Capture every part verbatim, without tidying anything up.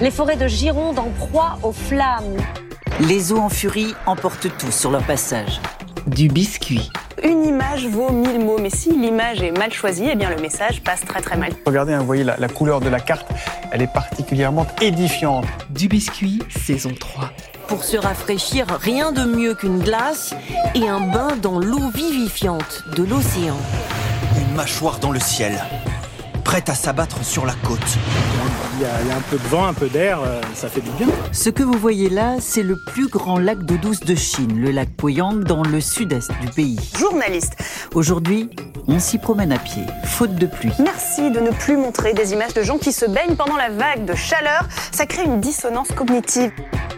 Les forêts de Gironde en proie aux flammes. Les eaux en furie emportent tout sur leur passage. Du biscuit. Une image vaut mille mots, mais si l'image est mal choisie, eh bien le message passe très très mal. Regardez, hein, vous voyez la, la couleur de la carte, elle est particulièrement édifiante. Du biscuit, saison trois. Pour se rafraîchir, rien de mieux qu'une glace et un bain dans l'eau vivifiante de l'océan. Une mâchoire dans le ciel, prête à s'abattre sur la côte. Il y, a, il y a un peu de vent, un peu d'air, ça fait du bien. Ce que vous voyez là, c'est le plus grand lac d'eau douce de Chine, le lac Poyang, dans le sud-est du pays. Journaliste. Aujourd'hui, on s'y promène à pied, faute de pluie. Merci de ne plus montrer des images de gens qui se baignent pendant la vague de chaleur. Ça crée une dissonance cognitive.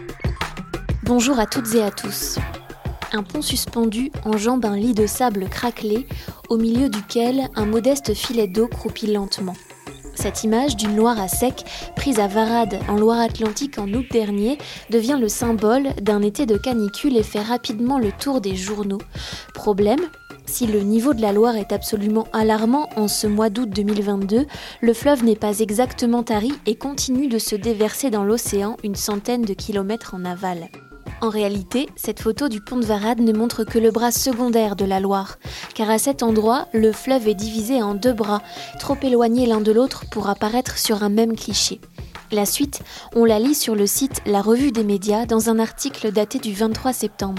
Bonjour à toutes et à tous. Un pont suspendu enjambe un lit de sable craquelé, au milieu duquel un modeste filet d'eau croupit lentement. Cette image d'une Loire à sec, prise à Varades en Loire-Atlantique en août dernier, devient le symbole d'un été de canicule et fait rapidement le tour des journaux. Problème, si le niveau de la Loire est absolument alarmant en ce mois d'août deux mille vingt-deux, le fleuve n'est pas exactement tari et continue de se déverser dans l'océan une centaine de kilomètres en aval. En réalité, cette photo du pont de Varades ne montre que le bras secondaire de la Loire, car à cet endroit, le fleuve est divisé en deux bras, trop éloignés l'un de l'autre pour apparaître sur un même cliché. La suite, on la lit sur le site La Revue des Médias dans un article daté du vingt-trois septembre.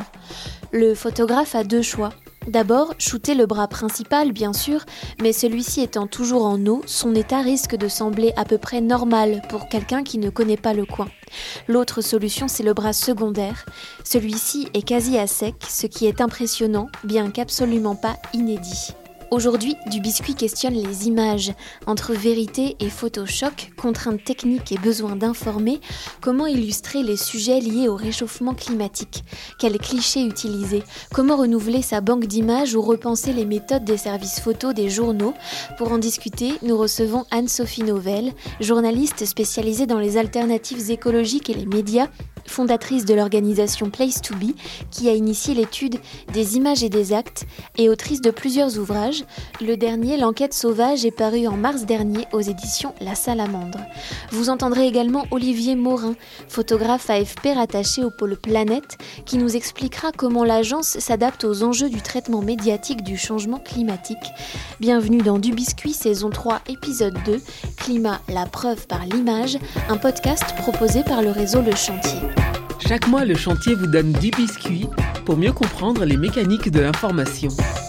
Le photographe a deux choix. D'abord, shooter le bras principal, bien sûr, mais celui-ci étant toujours en eau, son état risque de sembler à peu près normal pour quelqu'un qui ne connaît pas le coin. L'autre solution, c'est le bras secondaire. Celui-ci est quasi à sec, ce qui est impressionnant, bien qu'absolument pas inédit. Aujourd'hui, Du Biscuit questionne les images. Entre vérité et photochoc, contraintes techniques et besoin d'informer, comment illustrer les sujets liés au réchauffement climatique? Quels clichés utiliser? Comment renouveler sa banque d'images ou repenser les méthodes des services photos des journaux? Pour en discuter, nous recevons Anne-Sophie Novelle, journaliste spécialisée dans les alternatives écologiques et les médias, fondatrice de l'organisation Place to Be, qui a initié l'étude des images et des actes, et autrice de plusieurs ouvrages. Le dernier, L'enquête sauvage, est paru en mars dernier aux éditions La Salamandre. Vous entendrez également Olivier Morin, photographe A F P rattaché au pôle Planète, qui nous expliquera comment l'agence s'adapte aux enjeux du traitement médiatique du changement climatique. Bienvenue dans Du Biscuit, saison trois, épisode deux, Climat, la preuve par l'image, un podcast proposé par le réseau Le Chantier. Chaque mois, le chantier vous donne du biscuit pour mieux comprendre les mécaniques de l'information.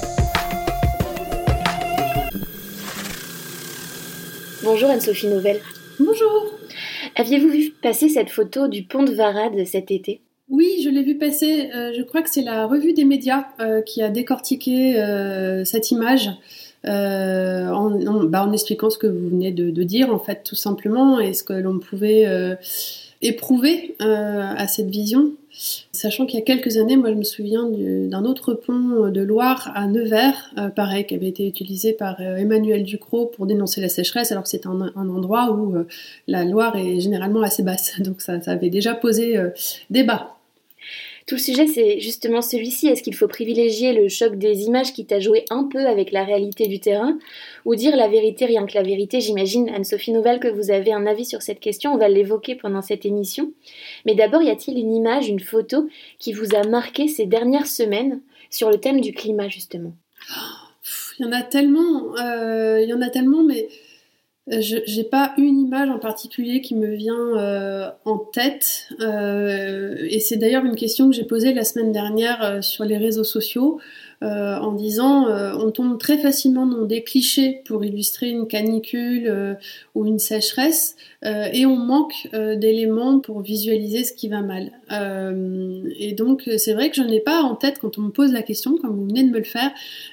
Bonjour Anne-Sophie Novelle. Bonjour. Aviez-vous vu passer cette photo du pont de Varades cet été ? Oui, je l'ai vu passer. Euh, je crois que c'est la Revue des Médias euh, qui a décortiqué euh, cette image euh, en, en, bah, en expliquant ce que vous venez de, de dire, en fait, tout simplement, et ce que l'on pouvait euh, éprouver euh, à cette vision. Sachant qu'il y a quelques années, moi je me souviens du, d'un autre pont de Loire à Nevers, euh, pareil, qui avait été utilisé par euh, Emmanuel Ducrot pour dénoncer la sécheresse, alors que c'est un, un endroit où euh, la Loire est généralement assez basse. Donc ça, ça avait déjà posé euh, débat. Tout le sujet, c'est justement celui-ci. Est-ce qu'il faut privilégier le choc des images qui t'a joué un peu avec la réalité du terrain, ou dire la vérité, rien que la vérité? J'imagine, Anne-Sophie Novelle, que vous avez un avis sur cette question. On va l'évoquer pendant cette émission. Mais d'abord, y a-t-il une image, une photo qui vous a marqué ces dernières semaines sur le thème du climat, justement? Il y en a tellement, euh, il y en a tellement, mais... Je j'ai pas une image en particulier qui me vient euh, en tête euh, et c'est d'ailleurs une question que j'ai posée la semaine dernière euh, sur les réseaux sociaux euh, en disant euh, on tombe très facilement dans des clichés pour illustrer une canicule euh, ou une sécheresse euh, et on manque euh, d'éléments pour visualiser ce qui va mal euh, et donc c'est vrai que je n'ai pas en tête quand on me pose la question comme vous venez de me le faire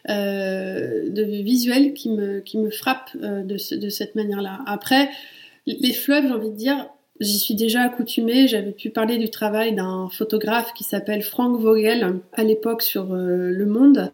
euh, de visuels qui me, qui me frappent euh, de, ce, de cette manière-là. Après, les fleuves, j'ai envie de dire, j'y suis déjà accoutumée. J'avais pu parler du travail d'un photographe qui s'appelle Frank Vogel à l'époque sur euh, Le Monde.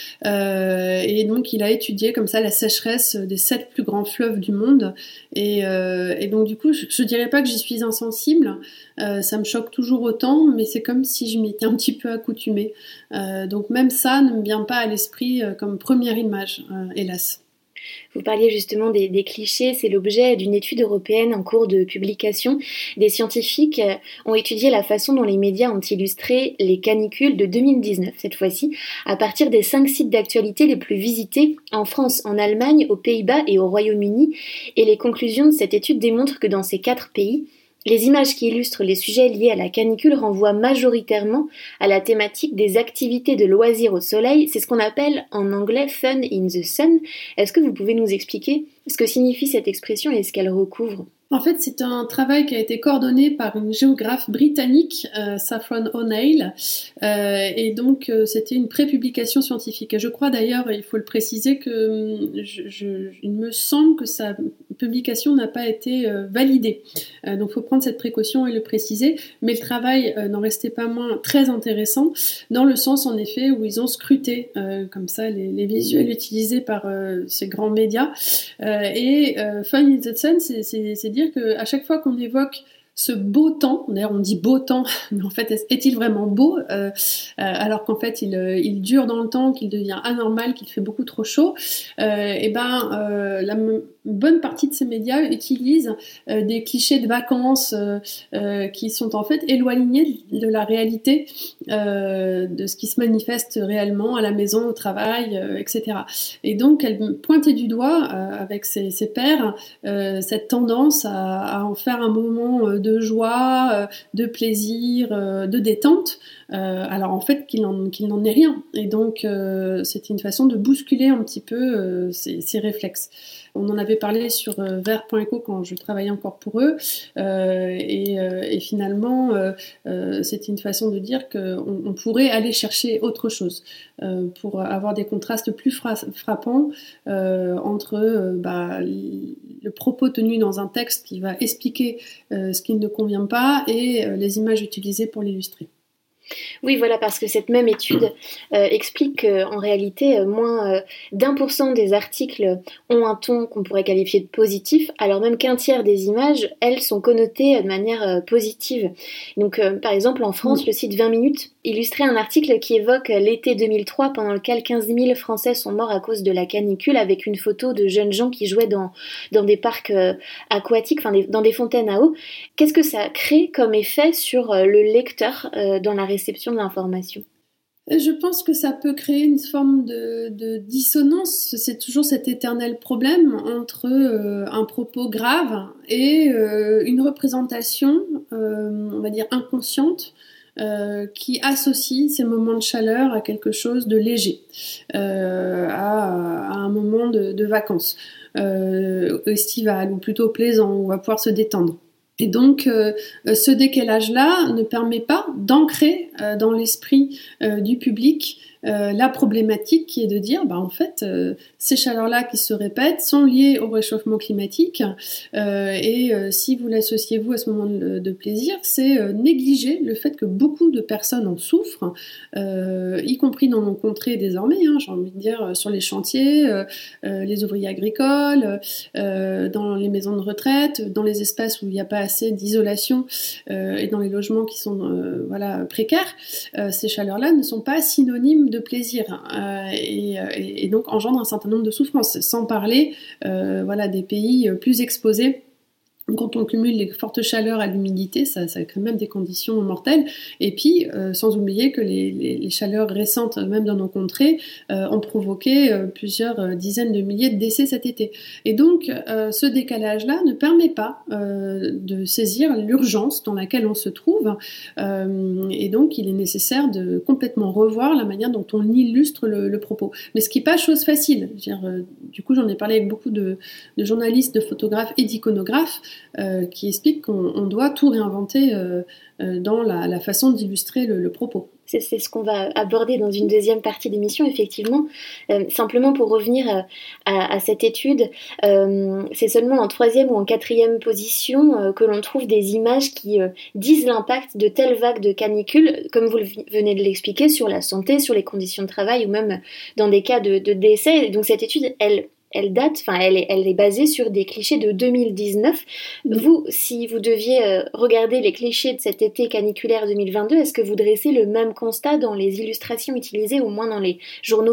Euh, et donc, il a étudié comme ça la sécheresse des sept plus grands fleuves du monde. Et, euh, et donc, du coup, je, je dirais pas que j'y suis insensible. Euh, ça me choque toujours autant, mais c'est comme si je m'y étais un petit peu accoutumée. Euh, donc, même ça ne me vient pas à l'esprit euh, comme première image, euh, hélas. Vous parliez justement des, des clichés, c'est l'objet d'une étude européenne en cours de publication. Des scientifiques ont étudié la façon dont les médias ont illustré les canicules de deux mille dix-neuf, cette fois-ci, à partir des cinq sites d'actualité les plus visités en France, en Allemagne, aux Pays-Bas et au Royaume-Uni. Et les conclusions de cette étude démontrent que dans ces quatre pays, les images qui illustrent les sujets liés à la canicule renvoient majoritairement à la thématique des activités de loisirs au soleil. C'est ce qu'on appelle en anglais « fun in the sun ». Est-ce que vous pouvez nous expliquer ce que signifie cette expression et ce qu'elle recouvre ? En fait, c'est un travail qui a été coordonné par une géographe britannique, euh, Saffron O'Neill, euh, et donc euh, c'était une pré-publication scientifique. Et je crois d'ailleurs, il faut le préciser, que je, je, il me semble que sa publication n'a pas été euh, validée. Euh, donc il faut prendre cette précaution et le préciser, mais le travail euh, n'en restait pas moins très intéressant, dans le sens en effet où ils ont scruté euh, comme ça les, les visuels utilisés par euh, ces grands médias. Euh, et euh, Fun in the Sun, c'est, c'est, c'est dire qu'à chaque fois qu'on évoque ce beau temps, d'ailleurs on dit beau temps, mais en fait est-il vraiment beau, euh, euh, alors qu'en fait il, il dure dans le temps, qu'il devient anormal, qu'il fait beaucoup trop chaud, euh, et ben euh, la m- bonne partie de ces médias utilisent euh, des clichés de vacances euh, euh, qui sont en fait éloignés de la réalité, euh, de ce qui se manifeste réellement à la maison, au travail, euh, et cetera. Et donc elle pointait du doigt euh, avec ses, ses pairs euh, cette tendance à, à en faire un moment euh, de joie, euh, de plaisir, euh, de détente, euh, alors en fait qu'il n'en, qu'il n'en est rien. Et donc euh, c'était une façon de bousculer un petit peu euh, ces, ces réflexes. On en avait parlé sur euh, vert point eco quand je travaillais encore pour eux, euh, et, euh, et finalement euh, euh, c'était une façon de dire qu'on on pourrait aller chercher autre chose euh, pour avoir des contrastes plus fra- frappants euh, entre euh, bah, le propos tenu dans un texte qui va expliquer euh, ce qui ne convient pas et euh, les images utilisées pour l'illustrer. Oui, voilà, parce que cette même étude euh, explique qu'en réalité, euh, moins euh, d'un pour cent des articles ont un ton qu'on pourrait qualifier de positif, alors même qu'un tiers des images, elles, sont connotées de manière euh, positive. Donc, euh, par exemple, en France, mmh. le site vingt minutes illustrait un article qui évoque l'été deux mille trois, pendant lequel quinze mille Français sont morts à cause de la canicule, avec une photo de jeunes gens qui jouaient dans, dans des parcs euh, aquatiques, enfin des, dans des fontaines à eau. Qu'est-ce que ça crée comme effet sur euh, le lecteur euh, dans la réception de l'information ? Je pense que ça peut créer une forme de, de dissonance. C'est toujours cet éternel problème entre euh, un propos grave et euh, une représentation, euh, on va dire inconsciente, euh, qui associe ces moments de chaleur à quelque chose de léger, euh, à, à un moment de, de vacances euh, estivales, ou plutôt plaisant, où on va pouvoir se détendre. Et donc, euh, ce décalage-là ne permet pas d'ancrer euh, dans l'esprit euh, du public euh, la problématique qui est de dire, bah, en fait, euh, ces chaleurs-là qui se répètent sont liées au réchauffement climatique euh, et euh, si vous l'associez, vous, à ce moment de, de plaisir, c'est euh, négliger le fait que beaucoup de personnes en souffrent, euh, y compris dans nos contrées désormais, hein, j'ai envie de dire, sur les chantiers, euh, euh, les ouvriers agricoles, euh, dans les maisons de retraite, dans les espaces où il n'y a pas assez d'isolation euh, et dans les logements qui sont euh, voilà, précaires, euh, ces chaleurs-là ne sont pas synonymes de plaisir euh, et, et, et donc engendrent un certain nombre de souffrances, sans parler euh, voilà, des pays plus exposés. Quand on cumule les fortes chaleurs à l'humidité, ça, ça crée même des conditions mortelles. Et puis, euh, sans oublier que les, les, les chaleurs récentes, même dans nos contrées, euh, ont provoqué euh, plusieurs euh, dizaines de milliers de décès cet été. Et donc, euh, ce décalage-là ne permet pas euh, de saisir l'urgence dans laquelle on se trouve. Euh, et donc, il est nécessaire de complètement revoir la manière dont on illustre le, le propos. Mais ce qui n'est pas chose facile. Je veux dire, euh, du coup, j'en ai parlé avec beaucoup de, de journalistes, de photographes et d'iconographes, Euh, qui explique qu'on on doit tout réinventer euh, euh, dans la, la façon d'illustrer le, le propos. C'est, c'est ce qu'on va aborder dans une deuxième partie d'émission, effectivement. Euh, simplement pour revenir à, à, à cette étude, euh, c'est seulement en troisième ou en quatrième position euh, que l'on trouve des images qui euh, disent l'impact de telles vagues de canicule, comme vous le, venez de l'expliquer, sur la santé, sur les conditions de travail ou même dans des cas de, de décès. Donc cette étude, elle... Elle date, enfin, elle est, elle est basée sur des clichés de deux mille dix-neuf. Mmh. Vous, si vous deviez euh, regarder les clichés de cet été caniculaire deux mille vingt-deux, est-ce que vous dressez le même constat dans les illustrations utilisées, au moins dans les journaux français ?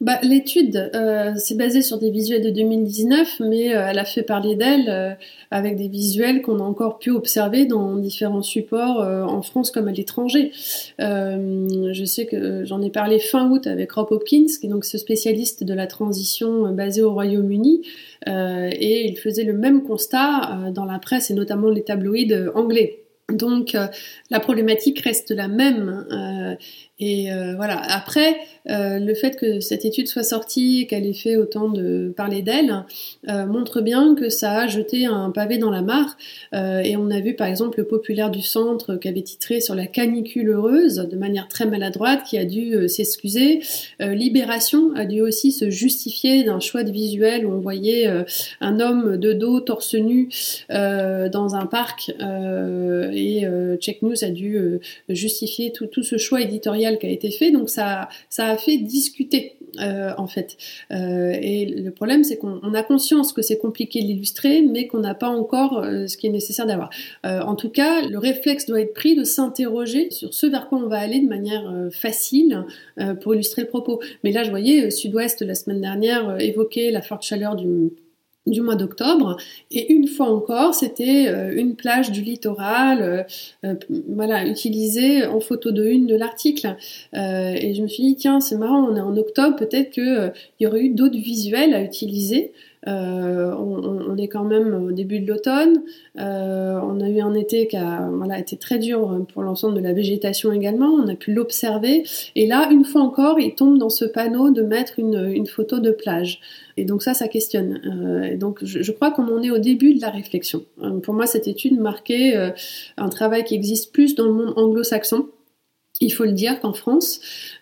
Bah, l'étude euh, s'est basée sur des visuels de deux mille dix-neuf, mais euh, elle a fait parler d'elle euh, avec des visuels qu'on a encore pu observer dans différents supports euh, en France comme à l'étranger. Euh, je sais que j'en ai parlé fin août avec Rob Hopkins, qui est donc ce spécialiste de la transition euh, basé au Royaume-Uni, euh, et il faisait le même constat euh, dans la presse et notamment les tabloïds euh, anglais. Donc euh, la problématique reste la même. Euh, Et euh, voilà. Après, euh, le fait que cette étude soit sortie, qu'elle ait fait autant de parler d'elle, euh, montre bien que ça a jeté un pavé dans la mare. Euh, et on a vu par exemple le Populaire du Centre qui avait titré sur la canicule heureuse de manière très maladroite, qui a dû euh, s'excuser. Euh, Libération a dû aussi se justifier d'un choix de visuel où on voyait euh, un homme de dos, torse nu, euh, dans un parc. Euh, et euh, Check News a dû euh, justifier tout, tout ce choix éditorial qui a été fait, donc ça, ça a fait discuter euh, en fait. Euh, et le problème, c'est qu'on on a conscience que c'est compliqué de l'illustrer, mais qu'on n'a pas encore euh, ce qui est nécessaire d'avoir. Euh, en tout cas, le réflexe doit être pris de s'interroger sur ce vers quoi on va aller de manière euh, facile euh, pour illustrer le propos. Mais là, je voyais euh, Sud-Ouest la semaine dernière euh, évoquer la forte chaleur du du mois d'octobre, et une fois encore, c'était euh, une plage du littoral, euh, euh, voilà, utilisée en photo de une de l'article. Euh, et je me suis dit, tiens, c'est marrant, on est en octobre, peut-être qu'il euh, y aurait eu d'autres visuels à utiliser. Euh, on, on est quand même au début de l'automne. Euh, on a eu un été qui a voilà, été très dur pour l'ensemble de la végétation également. On a pu l'observer. Et là, une fois encore, il tombe dans ce panneau de mettre une, une photo de plage. Et donc ça, ça questionne. Euh, et donc je, je crois qu'on en est au début de la réflexion. Euh, pour moi, cette étude marquait euh, un travail qui existe plus dans le monde anglo-saxon. Il faut le dire qu'en France,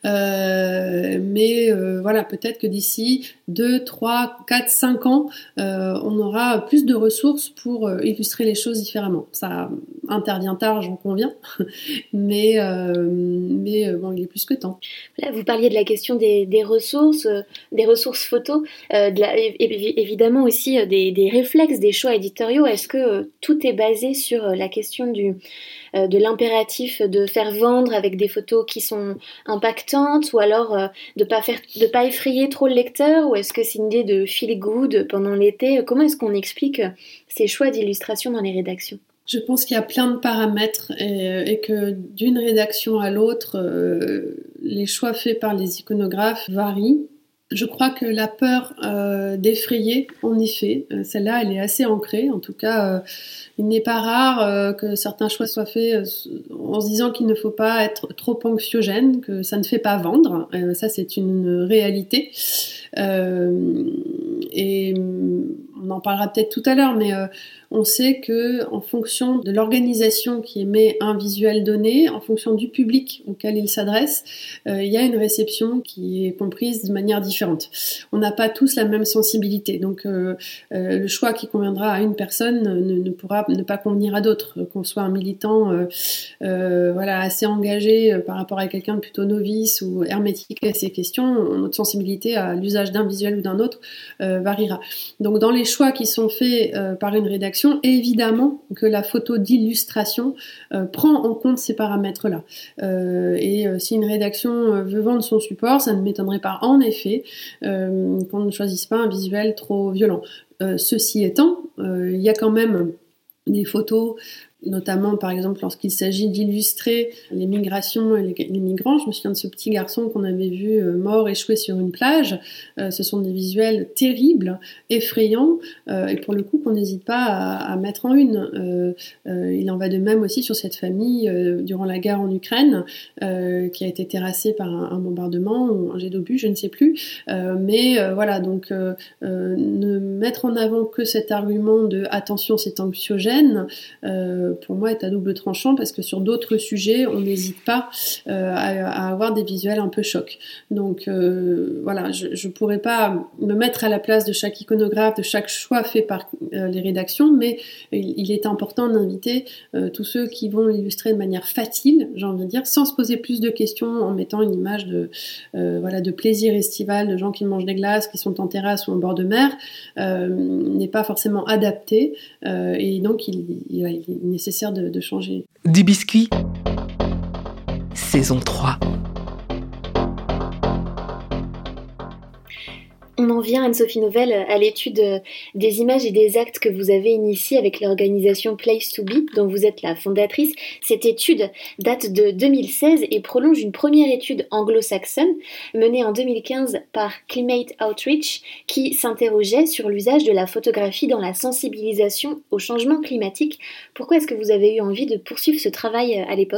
euh, mais euh, voilà, peut-être que d'ici deux, trois, quatre, cinq ans, euh, on aura plus de ressources pour euh, illustrer les choses différemment. Ça intervient tard, j'en conviens, mais, euh, mais euh, bon, il est plus que temps. Là, vous parliez de la question des, des ressources, euh, des ressources photos, euh, de la, évidemment aussi euh, des, des réflexes, des choix éditoriaux. Est-ce que euh, tout est basé sur euh, la question du euh, de l'impératif de faire vendre avec des photos qui sont impactantes, ou alors euh, de pas faire, de pas effrayer trop le lecteur, ou est-ce que c'est une idée de feel good pendant l'été? Comment est-ce qu'on explique ces choix d'illustration dans les rédactions? Je pense qu'il y a plein de paramètres et, et que d'une rédaction à l'autre, euh, les choix faits par les iconographes varient. Je crois que la peur euh, d'effrayer, en effet, euh, celle-là, elle est assez ancrée. En tout cas, euh, il n'est pas rare euh, que certains choix soient faits euh, en se disant qu'il ne faut pas être trop anxiogène, que ça ne fait pas vendre. Euh, ça, c'est une réalité. Euh, et on en parlera peut-être tout à l'heure, mais euh, on sait que en fonction de l'organisation qui émet un visuel donné, en fonction du public auquel il s'adresse, euh, il y a une réception qui est comprise de manière différente. On n'a pas tous la même sensibilité, donc euh, euh, le choix qui conviendra à une personne ne, ne pourra ne pas convenir à d'autres. Qu'on soit un militant euh, euh, voilà, assez engagé euh, par rapport à quelqu'un de plutôt novice ou hermétique à ces questions, notre sensibilité à l'usage d'un visuel ou d'un autre euh, variera. Donc dans les choix qui sont faits euh, par une rédaction, évidemment que la photo d'illustration euh, prend en compte ces paramètres-là. Euh, et euh, si une rédaction euh, veut vendre son support, ça ne m'étonnerait pas en effet euh, qu'on ne choisisse pas un visuel trop violent. Euh, ceci étant, euh, il y a quand même des photos, notamment par exemple lorsqu'il s'agit d'illustrer les migrations et les, les migrants. Je me souviens de ce petit garçon qu'on avait vu euh, mort échoué sur une plage. Euh, ce sont des visuels terribles, effrayants, euh, et pour le coup qu'on n'hésite pas à, à mettre en une. Euh, euh, il en va de même aussi sur cette famille euh, durant la guerre en Ukraine euh, qui a été terrassée par un, un bombardement ou un jet d'obus, je ne sais plus. Euh, mais euh, voilà, donc euh, euh, ne mettre en avant que cet argument de attention, c'est anxiogène. Euh, pour moi est à double tranchant, parce que sur d'autres sujets on n'hésite pas euh, à, à avoir des visuels un peu chocs. Donc euh, voilà, je ne pourrais pas me mettre à la place de chaque iconographe, de chaque choix fait par euh, les rédactions, mais il, il est important d'inviter euh, tous ceux qui vont l'illustrer de manière facile, j'ai envie de dire, sans se poser plus de questions, en mettant une image de, euh, voilà, de plaisir estival, de gens qui mangent des glaces, qui sont en terrasse ou en bord de mer, euh, n'est pas forcément adapté, euh, et donc il, il, il est nécessaire de, de changer. dix biscuits, saison trois. On en vient, Anne-Sophie Novelle, à l'étude des images et des actes que vous avez initiés avec l'organisation Place to Be, dont vous êtes la fondatrice. Cette étude date de deux mille seize et prolonge une première étude anglo-saxonne menée en deux mille quinze par Climate Outreach qui s'interrogeait sur l'usage de la photographie dans la sensibilisation au changement climatique. Pourquoi est-ce que vous avez eu envie de poursuivre ce travail à l'époque ?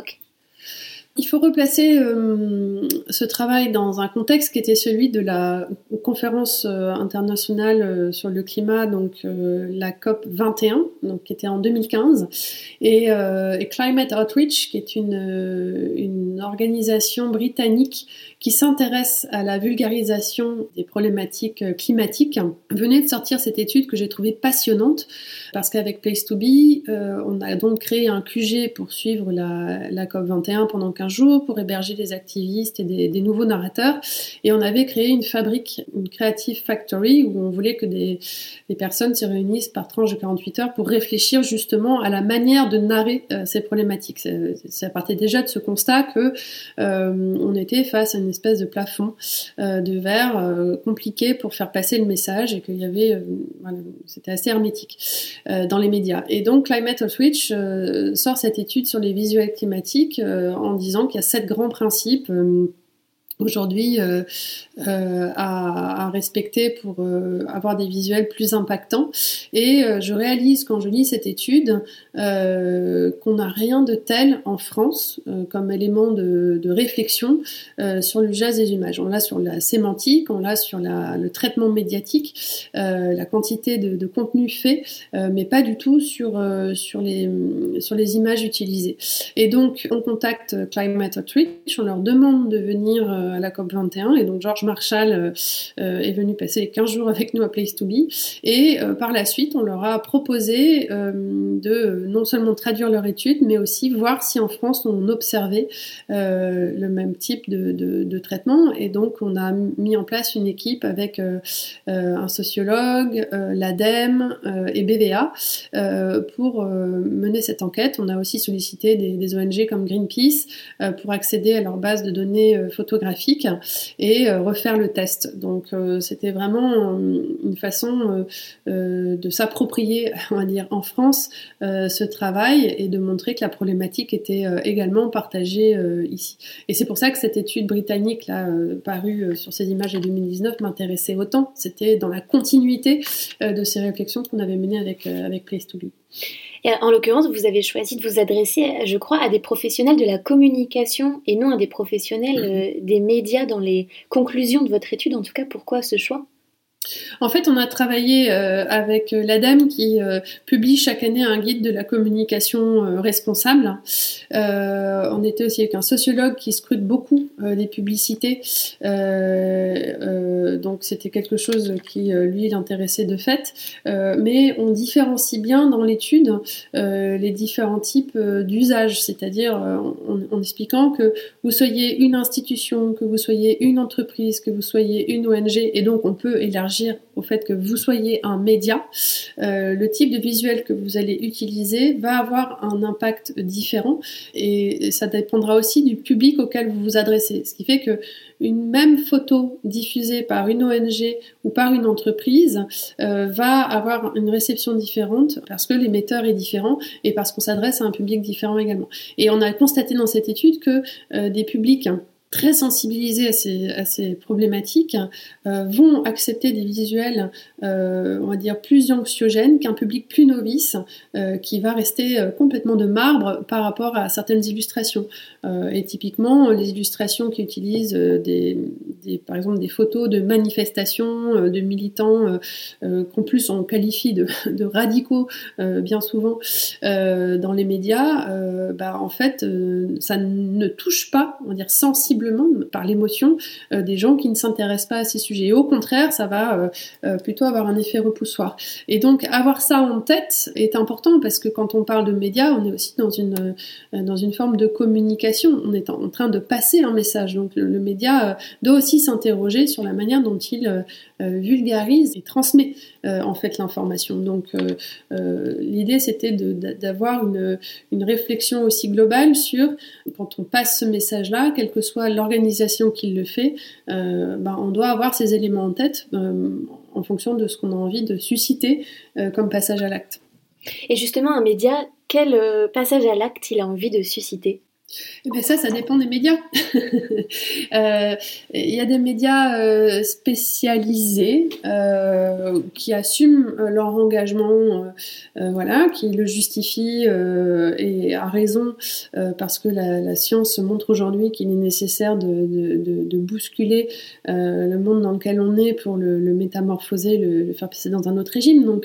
Il faut replacer euh, ce travail dans un contexte qui était celui de la conférence euh, internationale euh, sur le climat, donc euh, la COP vingt et un, donc qui était en deux mille quinze, et, euh, et Climate Outreach, qui est une, euh, une organisation britannique qui s'intéresse à la vulgarisation des problématiques climatiques, venait de sortir cette étude que j'ai trouvée passionnante, parce qu'avec Place to Be, euh, on a donc créé un Q G pour suivre la, la COP vingt et un pendant quinze jours, pour héberger des activistes et des, des nouveaux narrateurs, et on avait créé une fabrique, une Creative Factory, où on voulait que des, des personnes se réunissent par tranche de quarante-huit heures pour réfléchir justement à la manière de narrer euh, ces problématiques. C'est, ça partait déjà de ce constat que euh, on était face à une espèce de plafond euh, de verre euh, compliqué pour faire passer le message, et qu'il y avait, euh, voilà, c'était assez hermétique euh, dans les médias. Et donc Climate Outreach euh, sort cette étude sur les visuels climatiques euh, en disant qu'il y a sept grands principes euh, aujourd'hui euh, euh, à, à respecter pour euh, avoir des visuels plus impactants. Et euh, je réalise quand je lis cette étude euh, qu'on n'a rien de tel en France euh, comme élément de, de réflexion euh, sur l'usage des images. On l'a sur la sémantique, on l'a sur la, le traitement médiatique, euh, la quantité de, de contenu fait, euh, mais pas du tout sur, euh, sur, les, sur les images utilisées. Et donc on contacte Climate Outreach, on leur demande de venir euh, à la COP vingt et un, et donc George Marshall euh, est venu passer les quinze jours avec nous à Place to Be, et euh, par la suite on leur a proposé euh, de non seulement traduire leur étude, mais aussi voir si en France on observait euh, le même type de, de, de traitement. Et donc on a mis en place une équipe avec euh, euh, un sociologue, euh, l'ADEME euh, et B V A euh, pour euh, mener cette enquête. On a aussi sollicité des, des O N G comme Greenpeace euh, pour accéder à leur base de données euh, photographiques et euh, refaire le test. Donc euh, c'était vraiment euh, une façon euh, euh, de s'approprier, on va dire, en France euh, ce travail, et de montrer que la problématique était euh, également partagée euh, ici. Et c'est pour ça que cette étude britannique là euh, parue euh, sur ces images de deux mille dix-neuf m'intéressait autant. C'était dans la continuité euh, de ces réflexions qu'on avait menées avec, euh, avec Place to Be. Et en l'occurrence, vous avez choisi de vous adresser, je crois, à des professionnels de la communication et non à des professionnels euh, des médias dans les conclusions de votre étude. En tout cas, pourquoi ce choix ? En fait, on a travaillé euh, avec l'ADEME qui euh, publie chaque année un guide de la communication euh, responsable. Euh, on était aussi avec un sociologue qui scrute beaucoup euh, les publicités. Euh, euh, donc, c'était quelque chose qui, euh, lui, l'intéressait de fait. Euh, mais on différencie bien dans l'étude euh, les différents types euh, d'usages, c'est-à-dire euh, en, en expliquant que vous soyez une institution, que vous soyez une entreprise, que vous soyez une O N G, et donc on peut élargir au fait que vous soyez un média, euh, le type de visuel que vous allez utiliser va avoir un impact différent, et ça dépendra aussi du public auquel vous vous adressez. Ce qui fait que une même photo diffusée par une O N G ou par une entreprise euh, va avoir une réception différente parce que l'émetteur est différent et parce qu'on s'adresse à un public différent également. Et on a constaté dans cette étude que euh, des publics très sensibilisés à ces, à ces problématiques euh, vont accepter des visuels, euh, on va dire, plus anxiogènes qu'un public plus novice euh, qui va rester euh, complètement de marbre par rapport à certaines illustrations. Euh, et typiquement, les illustrations qui utilisent euh, des, des, par exemple des photos de manifestations, euh, de militants euh, euh, qu'en plus on qualifie de, de radicaux euh, bien souvent euh, dans les médias, euh, bah, en fait, euh, ça ne touche pas, on va dire, sensiblement par l'émotion euh, des gens qui ne s'intéressent pas à ces sujets. Et au contraire, ça va euh, euh, plutôt avoir un effet repoussoir. Et donc, avoir ça en tête est important parce que quand on parle de médias, on est aussi dans une, euh, dans une forme de communication. On est en, en train de passer un message. Donc, le, le média euh, doit aussi s'interroger sur la manière dont il euh, euh, vulgarise et transmet euh, en fait l'information. Donc, euh, euh, l'idée, c'était de, d'avoir une, une réflexion aussi globale sur, quand on passe ce message-là, quelle que soit l'organisation qui le fait, euh, ben, on doit avoir ces éléments en tête euh, en fonction de ce qu'on a envie de susciter euh, comme passage à l'acte. Et justement, un média, quel euh, passage à l'acte il a envie de susciter ? Eh bien ça, ça dépend des médias. euh, il y a des médias euh, spécialisés euh, qui assument euh, leur engagement, euh, euh, voilà, qui le justifient euh, et à raison euh, parce que la, la science montre aujourd'hui qu'il est nécessaire de, de, de, de bousculer euh, le monde dans lequel on est pour le, le métamorphoser, le, le faire passer dans un autre régime. Donc,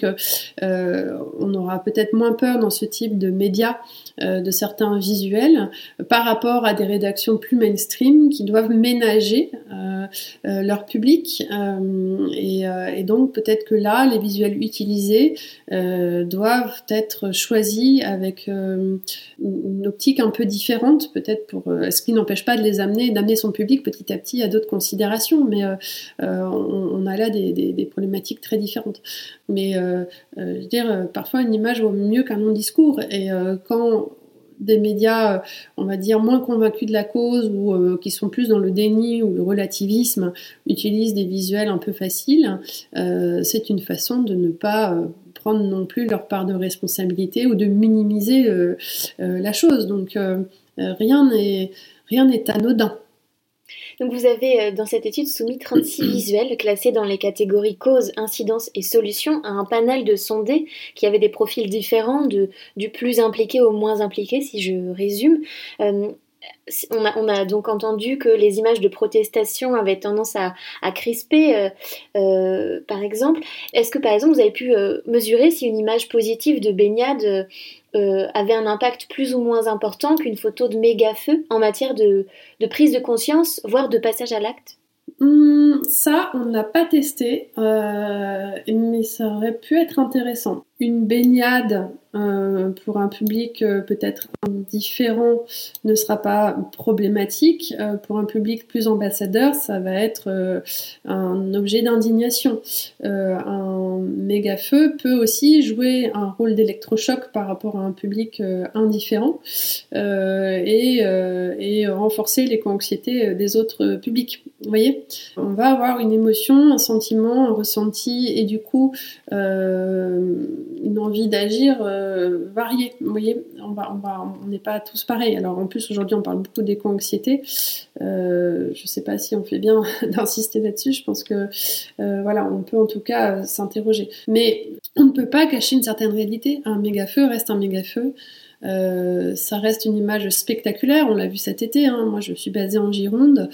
euh, on aura peut-être moins peur dans ce type de médias euh, de certains visuels par rapport à des rédactions plus mainstream qui doivent ménager euh, euh, leur public euh, et, euh, et donc peut-être que là les visuels utilisés euh, doivent être choisis avec euh, une optique un peu différente, peut-être pour euh, ce qui n'empêche pas de les amener, d'amener son public petit à petit à d'autres considérations, mais euh, euh, on, on a là des, des, des problématiques très différentes. Mais euh, euh, je veux dire, parfois une image vaut mieux qu'un long discours, et euh, quand des médias, on va dire, moins convaincus de la cause ou euh, qui sont plus dans le déni ou le relativisme, utilisent des visuels un peu faciles, euh, c'est une façon de ne pas euh, prendre non plus leur part de responsabilité ou de minimiser euh, euh, la chose. Donc euh, rien n'est, rien n'est anodin. Donc vous avez dans cette étude soumis trente-six visuels classés dans les catégories causes, incidences et solutions à un panel de sondés qui avaient des profils différents, de, du plus impliqué au moins impliqué, si je résume. Euh, on, a, on a donc entendu que les images de protestation avaient tendance à, à crisper, euh, euh, par exemple. Est-ce que par exemple vous avez pu euh, mesurer si une image positive de baignade euh, Euh, avait un impact plus ou moins important qu'une photo de méga feu en matière de, de prise de conscience, voire de passage à l'acte ? Hum, ça, on n'a pas testé, euh, mais ça aurait pu être intéressant. Une baignade euh, pour un public euh, peut-être différent ne sera pas problématique. Euh, pour un public plus ambassadeur, ça va être euh, un objet d'indignation. Euh, un méga feu peut aussi jouer un rôle d'électrochoc par rapport à un public euh, indifférent euh, et, euh, et renforcer les co-anxiétés des autres publics. Vous voyez ? On va avoir une émotion, un sentiment, un ressenti et du coup euh, une envie d'agir euh, variée. Vous voyez, on va, on va, on n'est pas tous pareils. Alors en plus aujourd'hui on parle beaucoup d'éco-anxiété. Euh, je ne sais pas si on fait bien d'insister là-dessus. Je pense que euh, voilà, on peut en tout cas euh, s'interroger. Mais on ne peut pas cacher une certaine réalité. Un méga feu reste un méga feu. Euh, ça reste une image spectaculaire, on l'a vu cet été, hein. Moi je suis basée en Gironde,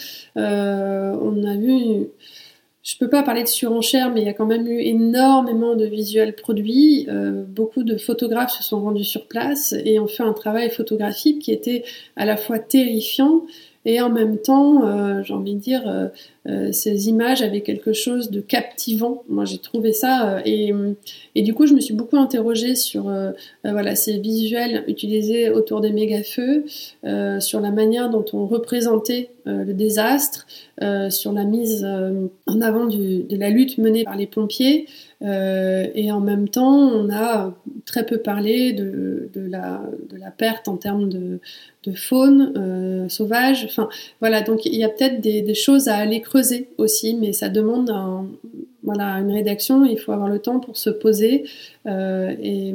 euh, on a vu, je peux pas parler de surenchère, mais il y a quand même eu énormément de visuels produits, euh, beaucoup de photographes se sont rendus sur place et ont fait un travail photographique qui était à la fois terrifiant et en même temps, euh, j'ai envie de dire, euh, euh, ces images avaient quelque chose de captivant. Moi, j'ai trouvé ça, euh, et, et du coup, je me suis beaucoup interrogée sur euh, euh, voilà, ces visuels utilisés autour des méga-feux, euh, sur la manière dont on représentait euh, le désastre, euh, sur la mise euh, en avant du, de la lutte menée par les pompiers, euh, et en même temps, on a très peu parlé de, de, la, de la perte en termes de, de faune euh, sauvage. Enfin, voilà, donc il y a peut-être des, des choses à aller creuser aussi, mais ça demande un, voilà, une rédaction, il faut avoir le temps pour se poser euh, et,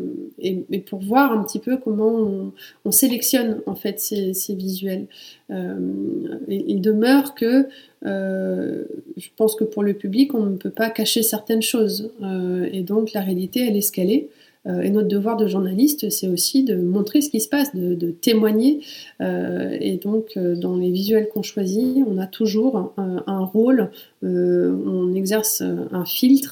et, et pour voir un petit peu comment on, on sélectionne en fait ces, ces visuels. Euh, il demeure que euh, je pense que pour le public, on ne peut pas cacher certaines choses euh, et donc la réalité, elle est ce qu'elle est. Euh, et notre devoir de journaliste, c'est aussi de montrer ce qui se passe, de, de témoigner. Euh, et donc, euh, dans les visuels qu'on choisit, on a toujours un, un rôle, euh, on exerce un filtre.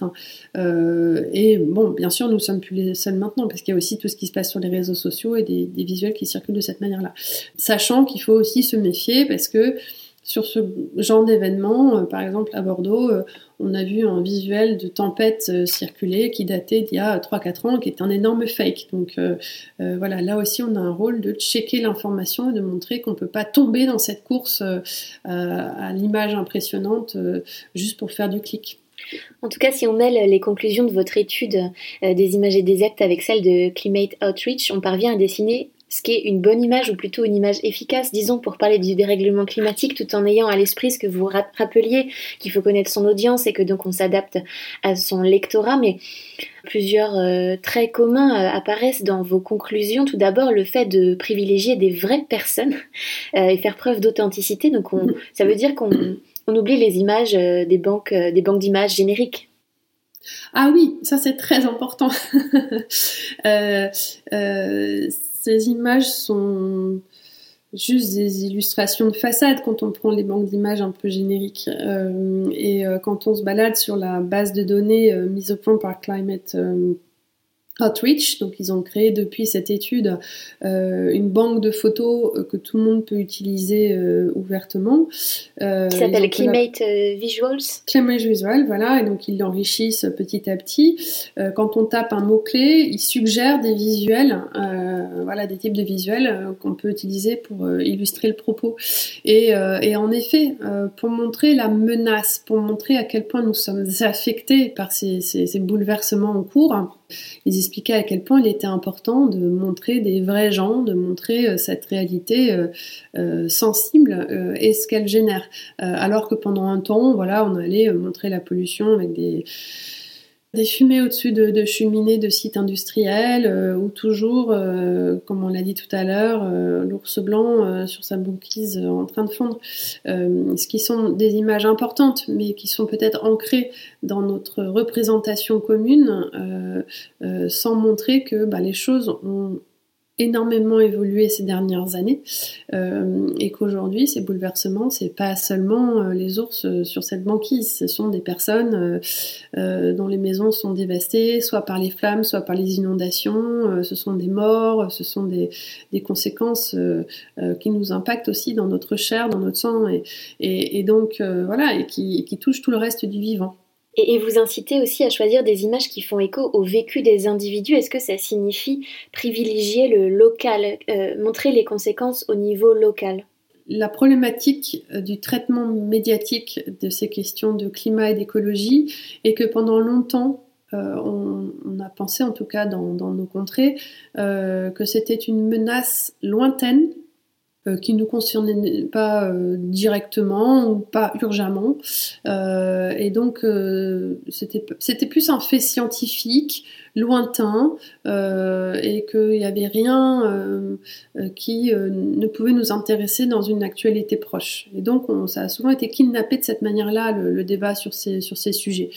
Euh, et bon, bien sûr, nous ne sommes plus les seuls maintenant, parce qu'il y a aussi tout ce qui se passe sur les réseaux sociaux et des, des visuels qui circulent de cette manière-là. Sachant qu'il faut aussi se méfier, parce que sur ce genre d'événement, euh, par exemple à Bordeaux, euh, on a vu un visuel de tempête euh, circuler qui datait d'il y a trois quatre ans, qui est un énorme fake. Donc euh, euh, voilà, là aussi on a un rôle de checker l'information et de montrer qu'on ne peut pas tomber dans cette course euh, à l'image impressionnante euh, juste pour faire du clic. En tout cas, si on mêle les conclusions de votre étude euh, des images et des actes avec celles de Climate Outreach, on parvient à dessiner ce qui est une bonne image ou plutôt une image efficace, disons, pour parler du dérèglement climatique, tout en ayant à l'esprit ce que vous rappeliez, qu'il faut connaître son audience et que donc on s'adapte à son lectorat. Mais plusieurs euh, traits communs euh, apparaissent dans vos conclusions. Tout d'abord, le fait de privilégier des vraies personnes euh, et faire preuve d'authenticité. Donc on, ça veut dire qu'on on oublie les images euh, des banques, euh, des banques d'images génériques. Ah oui, ça c'est très important. euh, euh, Ces images sont juste des illustrations de façade quand on prend les banques d'images un peu génériques. Euh, et euh, quand on se balade sur la base de données euh, mise au point par Climate euh, Outreach, donc ils ont créé depuis cette étude euh, une banque de photos euh, que tout le monde peut utiliser euh, ouvertement. Euh, qui s'appelle Climate la... Visuals. Climate Visuals, voilà, et donc ils l'enrichissent petit à petit. Euh, quand on tape un mot-clé, ils suggèrent des visuels, euh, voilà, des types de visuels euh, qu'on peut utiliser pour euh, illustrer le propos. Et, euh, et en effet, euh, pour montrer la menace, pour montrer à quel point nous sommes affectés par ces, ces, ces bouleversements en cours, ils expliquaient à quel point il était important de montrer des vrais gens, de montrer euh, cette réalité euh, euh, sensible euh, et ce qu'elle génère. Euh, alors que pendant un temps, voilà, on allait montrer la pollution avec des, des fumées au-dessus de, de cheminées de sites industriels, euh, ou toujours, euh, comme on l'a dit tout à l'heure, euh, l'ours blanc euh, sur sa banquise euh, en train de fondre. Euh, ce qui sont des images importantes, mais qui sont peut-être ancrées dans notre représentation commune, euh, euh, sans montrer que bah, les choses ont énormément évolué ces dernières années, euh, et qu'aujourd'hui ces bouleversements, c'est pas seulement euh, les ours euh, sur cette banquise, ce sont des personnes euh, euh, dont les maisons sont dévastées, soit par les flammes, soit par les inondations, euh, ce sont des morts, ce sont des, des conséquences euh, euh, qui nous impactent aussi dans notre chair, dans notre sang, et, et, et donc euh, voilà, et qui, qui touchent tout le reste du vivant. Et vous incitez aussi à choisir des images qui font écho au vécu des individus. Est-ce que ça signifie privilégier le local, euh, montrer les conséquences au niveau local ? La problématique du traitement médiatique de ces questions de climat et d'écologie est que pendant longtemps, euh, on, on a pensé, en tout cas dans, dans nos contrées, euh, que c'était une menace lointaine, Euh, qui ne nous concernait pas euh, directement ou pas urgemment, euh, et donc euh, c'était, c'était plus un fait scientifique, lointain, euh, et qu'il n'y avait rien euh, euh, qui euh, ne pouvait nous intéresser dans une actualité proche. Et donc on, ça a souvent été kidnappé de cette manière-là, le, le débat sur ces, sur ces sujets.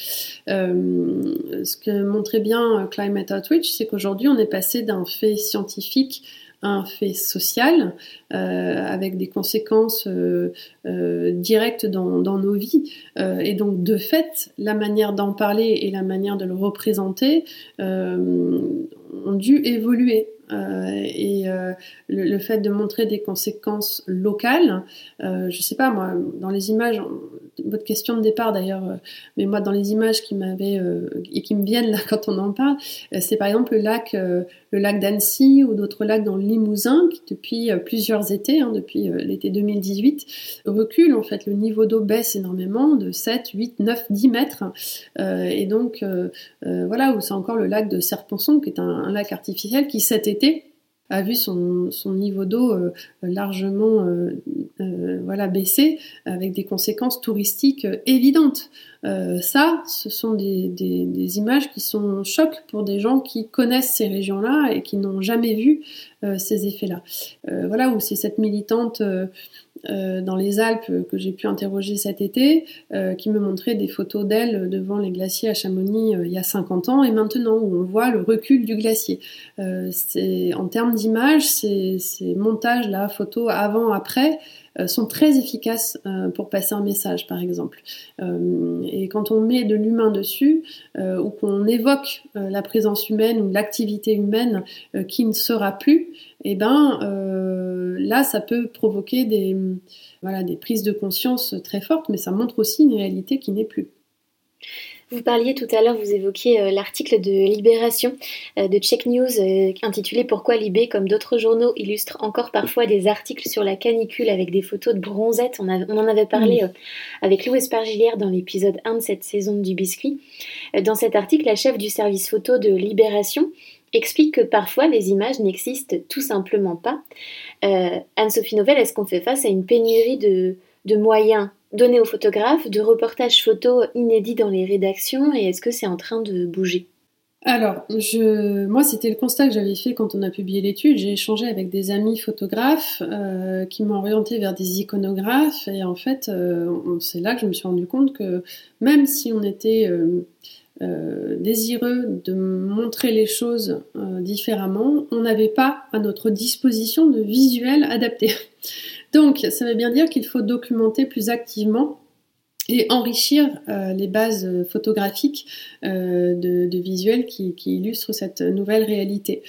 Euh, ce que montrait bien Climate Outreach, c'est qu'aujourd'hui on est passé d'un fait scientifique un fait social, euh, avec des conséquences euh, euh, directes dans, dans nos vies. Euh, et donc, de fait, la manière d'en parler et la manière de le représenter euh, ont dû évoluer. Euh, et euh, le, le fait de montrer des conséquences locales, euh, je sais pas moi, dans les images, votre question de départ d'ailleurs, euh, mais moi dans les images qui m'avaient euh, et qui me viennent là quand on en parle, euh, c'est par exemple le lac, euh, le lac d'Annecy ou d'autres lacs dans le Limousin qui depuis euh, plusieurs étés, hein, depuis euh, l'été deux mille dix-huit, recule en fait, le niveau d'eau baisse énormément de sept, huit, neuf, dix mètres, euh, et donc euh, euh, voilà, où c'est encore le lac de Serponçon qui est un, un lac artificiel qui cet été a vu son, son niveau d'eau euh, largement euh, euh, voilà, baisser, avec des conséquences touristiques euh, évidentes. Euh, ça, ce sont des, des, des images qui sont chocs pour des gens qui connaissent ces régions-là et qui n'ont jamais vu euh, ces effets-là. Euh, voilà, où c'est cette militante euh, euh, dans les Alpes que j'ai pu interroger cet été, euh, qui me montrait des photos d'elle devant les glaciers à Chamonix euh, il y a cinquante ans, et maintenant où on voit le recul du glacier. Euh, c'est, en termes d'images, ces, ces montages-là, photos avant-après, euh, sont très efficaces euh, pour passer un message, par exemple. Euh, et quand on met de l'humain dessus, euh, ou qu'on évoque euh, la présence humaine ou l'activité humaine euh, qui ne sera plus, et eh ben euh, là, ça peut provoquer des, voilà, des prises de conscience très fortes, mais ça montre aussi une réalité qui n'est plus. Vous parliez tout à l'heure, vous évoquiez euh, l'article de Libération, euh, de Check News, euh, intitulé « Pourquoi Libé, comme d'autres journaux, illustre encore parfois des articles sur la canicule avec des photos de bronzettes ». On, a, on en avait parlé euh, avec Lou Espargilière dans l'épisode un de cette saison du Biscuit. Euh, dans cet article, la chef du service photo de Libération explique que parfois les images n'existent tout simplement pas. Euh, Anne-Sophie Novelle, est-ce qu'on fait face à une pénurie de, de moyens donnés aux photographes, de reportages photos inédits dans les rédactions, et est-ce que c'est en train de bouger ? Alors, je, moi, c'était le constat que j'avais fait quand on a publié l'étude. J'ai échangé avec des amis photographes euh, qui m'ont orienté vers des iconographes. Et en fait, euh, on, c'est là que je me suis rendu compte que même si on était euh, euh, désireux de montrer les choses euh, différemment, on n'avait pas à notre disposition de visuels adaptés. Donc, ça veut bien dire qu'il faut documenter plus activement et enrichir euh, les bases photographiques euh, de, de visuels qui, qui illustrent cette nouvelle réalité.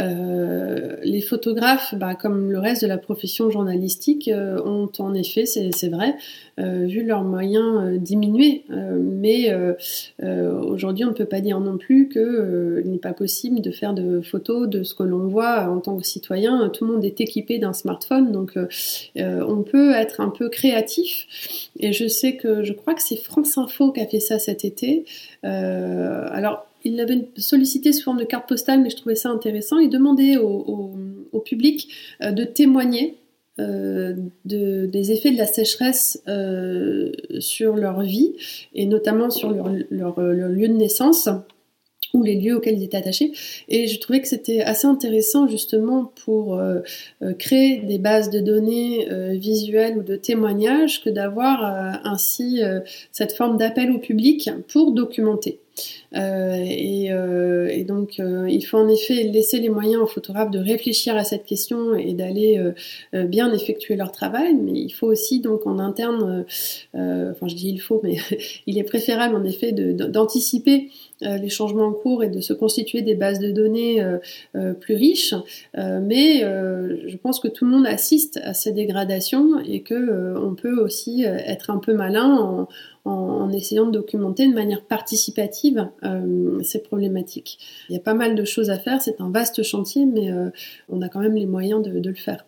Euh, les photographes, bah, comme le reste de la profession journalistique, euh, ont en effet, c'est, c'est vrai, euh, vu leurs moyens euh, diminuer. Euh, mais euh, euh, aujourd'hui, on ne peut pas dire non plus qu'il euh, n'est pas possible de faire de photos de ce que l'on voit en tant que citoyen. Tout le monde est équipé d'un smartphone, donc euh, euh, on peut être un peu créatif. Et je sais que je crois que c'est France Info qui a fait ça cet été. Euh, alors, il l'avait sollicité sous forme de carte postale, mais je trouvais ça intéressant. Il demandait au, au, au public euh, de témoigner euh, de, des effets de la sécheresse euh, sur leur vie, et notamment sur leur, leur, leur lieu de naissance, ou les lieux auxquels ils étaient attachés. Et je trouvais que c'était assez intéressant justement pour euh, euh, créer des bases de données euh, visuelles ou de témoignages que d'avoir euh, ainsi euh, cette forme d'appel au public pour documenter. Euh, et, euh, et donc euh, il faut en effet laisser les moyens aux photographes de réfléchir à cette question et d'aller euh, euh, bien effectuer leur travail, mais il faut aussi donc en interne, euh, enfin je dis il faut, mais il est préférable en effet de, de, d'anticiper euh, les changements en cours et de se constituer des bases de données euh, euh, plus riches, euh, mais euh, je pense que tout le monde assiste à ces dégradations et que euh, on peut aussi être un peu malin en en essayant de documenter de manière participative euh, ces problématiques. Il y a pas mal de choses à faire, c'est un vaste chantier, mais euh, on a quand même les moyens de, de le faire.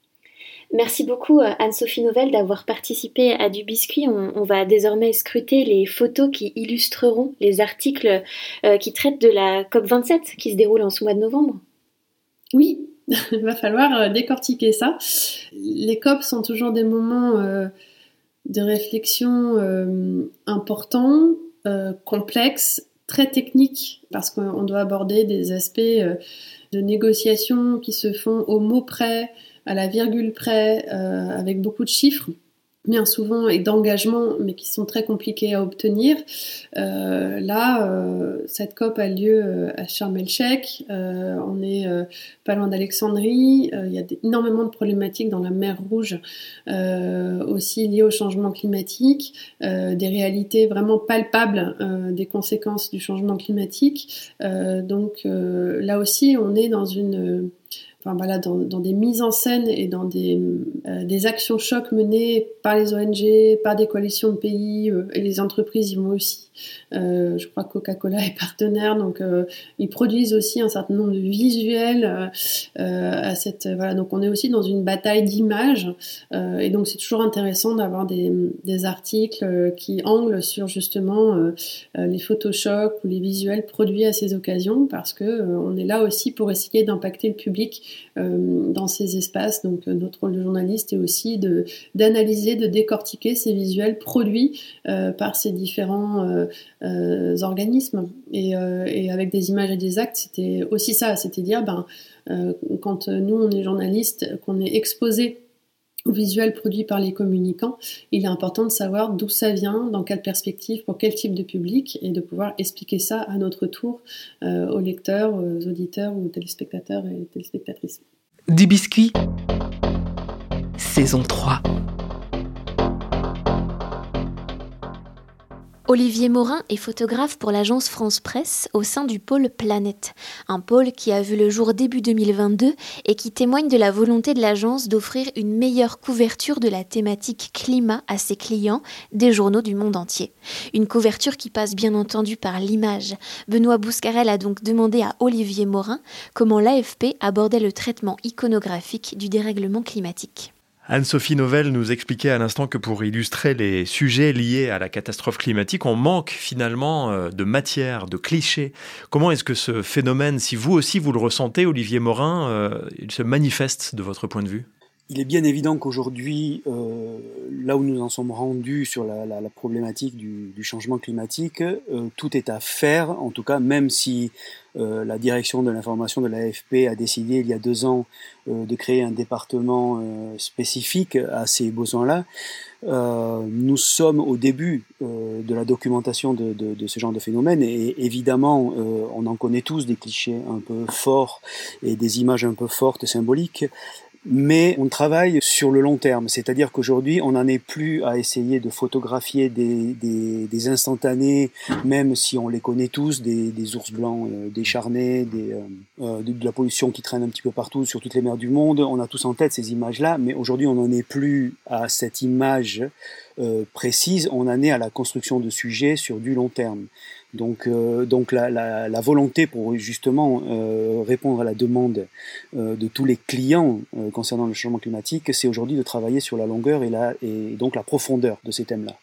Merci beaucoup Anne-Sophie Novelle d'avoir participé à Du Biscuit. On, on va désormais scruter les photos qui illustreront les articles euh, qui traitent de la COP vingt-sept qui se déroule en ce mois de novembre. Oui, il va falloir décortiquer ça. Les COP sont toujours des moments euh, de réflexion euh, importants, euh, complexes, très techniques, parce qu'on doit aborder des aspects euh, de négociation qui se font au mot près, à la virgule près, euh, avec beaucoup de chiffres, bien souvent, et d'engagement, mais qui sont très compliqués à obtenir. Euh, là, euh, cette COP a lieu euh, à Sharm el-Sheikh, euh, on est euh, pas loin d'Alexandrie, euh, il y a des, énormément de problématiques dans la mer Rouge, euh, aussi liées au changement climatique, euh, des réalités vraiment palpables euh, des conséquences du changement climatique. Euh, donc euh, là aussi, on est dans une... Enfin, voilà, dans, dans des mises en scène et dans des, euh, des actions chocs menées par les O N G, par des coalitions de pays, euh, et les entreprises y vont aussi. Euh, je crois que Coca-Cola est partenaire, donc euh, ils produisent aussi un certain nombre de visuels euh, à cette, voilà, donc on est aussi dans une bataille d'images, euh, et donc c'est toujours intéressant d'avoir des, des articles qui anglent sur justement euh, les photoshocks ou les visuels produits à ces occasions, parce que euh, on est là aussi pour essayer d'impacter le public Euh, dans ces espaces. Donc euh, notre rôle de journaliste est aussi de, d'analyser, de décortiquer ces visuels produits euh, par ces différents euh, euh, organismes. Et, euh, et avec des images et des actes, c'était aussi ça, c'était dire, ben, euh, quand nous on est journaliste, qu'on est exposé aux visuels produits par les communicants, il est important de savoir d'où ça vient, dans quelle perspective, pour quel type de public, et de pouvoir expliquer ça à notre tour euh, aux lecteurs, aux auditeurs, aux téléspectateurs et téléspectatrices. Du Biscuit, saison trois. Olivier Morin est photographe pour l'agence France Presse au sein du pôle Planète, un pôle qui a vu le jour début deux mille vingt-deux et qui témoigne de la volonté de l'agence d'offrir une meilleure couverture de la thématique climat à ses clients des journaux du monde entier. Une couverture qui passe bien entendu par l'image. Benoît Bouscarel a donc demandé à Olivier Morin comment l'A F P abordait le traitement iconographique du dérèglement climatique. Anne-Sophie Novelle nous expliquait à l'instant que pour illustrer les sujets liés à la catastrophe climatique, on manque finalement de matière, de clichés. Comment est-ce que ce phénomène, si vous aussi vous le ressentez, Olivier Morin, euh, il se manifeste de votre point de vue ? Il est bien évident qu'aujourd'hui, euh, là où nous en sommes rendus sur la, la, la problématique du, du changement climatique, euh, tout est à faire, en tout cas, même si euh, la direction de l'information de l'A F P a décidé il y a deux ans euh, de créer un département euh, spécifique à ces besoins-là. Euh, nous sommes au début euh, de la documentation de, de, de ce genre de phénomène et évidemment, euh, on en connaît tous des clichés un peu forts et des images un peu fortes, symboliques. Mais on travaille sur le long terme, c'est-à-dire qu'aujourd'hui, on n'en est plus à essayer de photographier des, des, des instantanés, même si on les connaît tous, des, des ours blancs euh, décharnés, des, euh, de, de la pollution qui traîne un petit peu partout sur toutes les mers du monde. On a tous en tête ces images-là, mais aujourd'hui, on n'en est plus à cette image euh, précise, on en est à la construction de sujets sur du long terme. Donc, euh, donc la, la, la volonté pour justement euh, répondre à la demande euh, de tous les clients euh, concernant le changement climatique, c'est aujourd'hui de travailler sur la longueur et, la, et donc la profondeur de ces thèmes-là.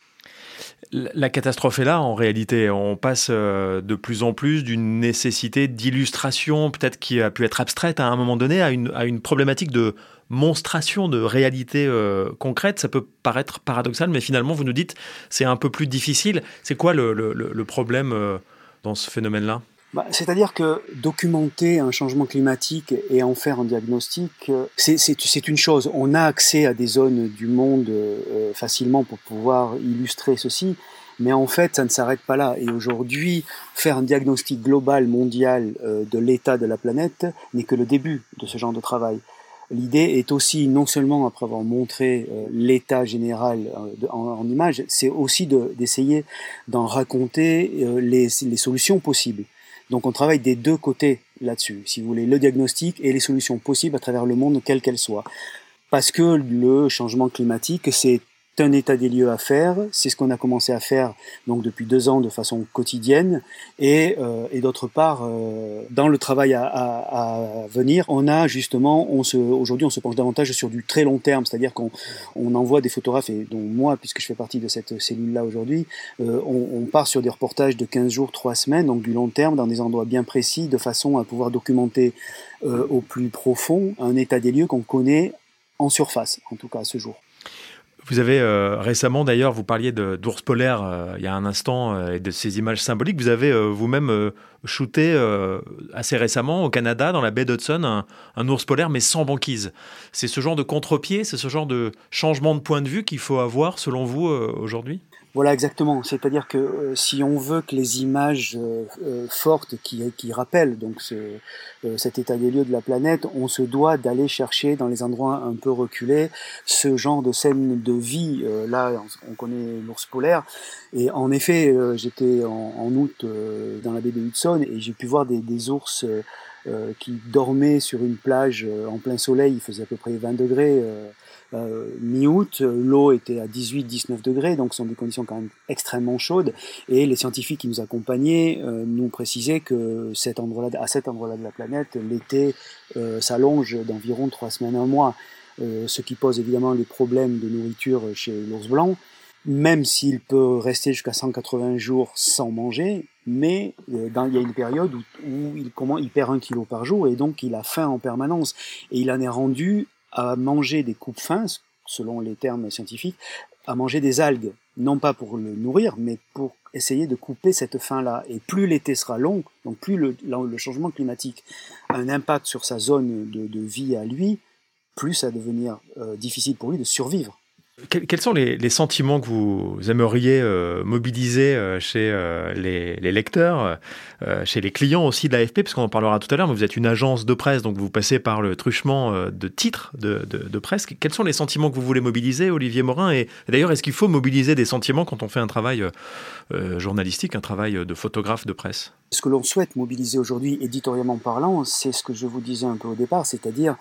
La catastrophe est là, en réalité. On passe de plus en plus d'une nécessité d'illustration, peut-être qui a pu être abstraite à un moment donné, à une, à une problématique de monstration, de réalité euh, concrète. Ça peut paraître paradoxal, mais finalement, vous nous dites, c'est un peu plus difficile. C'est quoi le, le, le problème euh, dans ce phénomène-là ? Bah, c'est-à-dire que documenter un changement climatique et en faire un diagnostic, c'est, c'est, c'est une chose. On a accès à des zones du monde euh, facilement pour pouvoir illustrer ceci, mais en fait, ça ne s'arrête pas là. Et aujourd'hui, faire un diagnostic global, mondial euh, de l'état de la planète n'est que le début de ce genre de travail. L'idée est aussi, non seulement après avoir montré euh, l'état général euh, de, en, en images, c'est aussi de, d'essayer d'en raconter euh, les, les solutions possibles. Donc on travaille des deux côtés là-dessus, si vous voulez, le diagnostic et les solutions possibles à travers le monde, quelles qu'elles soient. Parce que le changement climatique, c'est un état des lieux à faire, c'est ce qu'on a commencé à faire donc depuis deux ans de façon quotidienne, et, euh, et d'autre part, euh, dans le travail à, à, à venir, on a justement, on se, aujourd'hui on se penche davantage sur du très long terme, c'est-à-dire qu'on on envoie des photographes, et dont moi, puisque je fais partie de cette cellule-là aujourd'hui, euh, on, on part sur des reportages de quinze jours, trois semaines, donc du long terme, dans des endroits bien précis, de façon à pouvoir documenter euh, au plus profond un état des lieux qu'on connaît en surface, en tout cas à ce jour. Vous avez euh, récemment, d'ailleurs, vous parliez de, d'ours polaires euh, il y a un instant euh, et de ces images symboliques. Vous avez euh, vous-même euh, shooté euh, assez récemment au Canada, dans la baie d'Hudson, un, un ours polaire, mais sans banquise. C'est ce genre de contre-pied, c'est ce genre de changement de point de vue qu'il faut avoir, selon vous, euh, aujourd'hui ? Voilà, exactement. C'est-à-dire que euh, si on veut que les images euh, euh, fortes qui, qui rappellent donc ce, euh, cet état des lieux de la planète, on se doit d'aller chercher dans les endroits un peu reculés ce genre de scène de vie. Euh, là, on connaît l'ours polaire. Et en effet, euh, j'étais en, en août euh, dans la baie de Hudson et j'ai pu voir des, des ours euh, euh, qui dormaient sur une plage euh, en plein soleil. Il faisait à peu près vingt degrés. Euh, Euh, mi-août, l'eau était à dix-huit à dix-neuf degrés, donc ce sont des conditions quand même extrêmement chaudes, et les scientifiques qui nous accompagnaient euh, nous précisaient que cet endroit-là, à cet endroit-là de la planète, l'été euh, s'allonge d'environ trois semaines à un mois, euh, ce qui pose évidemment les problèmes de nourriture chez l'ours blanc, même s'il peut rester jusqu'à cent quatre-vingts jours sans manger, mais euh, dans, il y a une période où, où il, comment, il perd un kilo par jour, et donc il a faim en permanence, et il en est rendu à manger des coupes-fins, selon les termes scientifiques, à manger des algues, non pas pour le nourrir, mais pour essayer de couper cette faim-là. Et plus l'été sera long, donc plus le, le changement climatique a un impact sur sa zone de, de vie à lui, plus ça va devenir euh, difficile pour lui de survivre. Quels sont les, les sentiments que vous aimeriez euh, mobiliser euh, chez euh, les, les lecteurs, euh, chez les clients aussi de l'A F P, parce qu'on en parlera tout à l'heure, mais vous êtes une agence de presse, donc vous passez par le truchement euh, de titres de, de, de presse. Quels sont les sentiments que vous voulez mobiliser, Olivier Morin ? Et, et d'ailleurs, est-ce qu'il faut mobiliser des sentiments quand on fait un travail euh, journalistique, un travail de photographe de presse ? Ce que l'on souhaite mobiliser aujourd'hui, éditorialement parlant, c'est ce que je vous disais un peu au départ, c'est-à-dire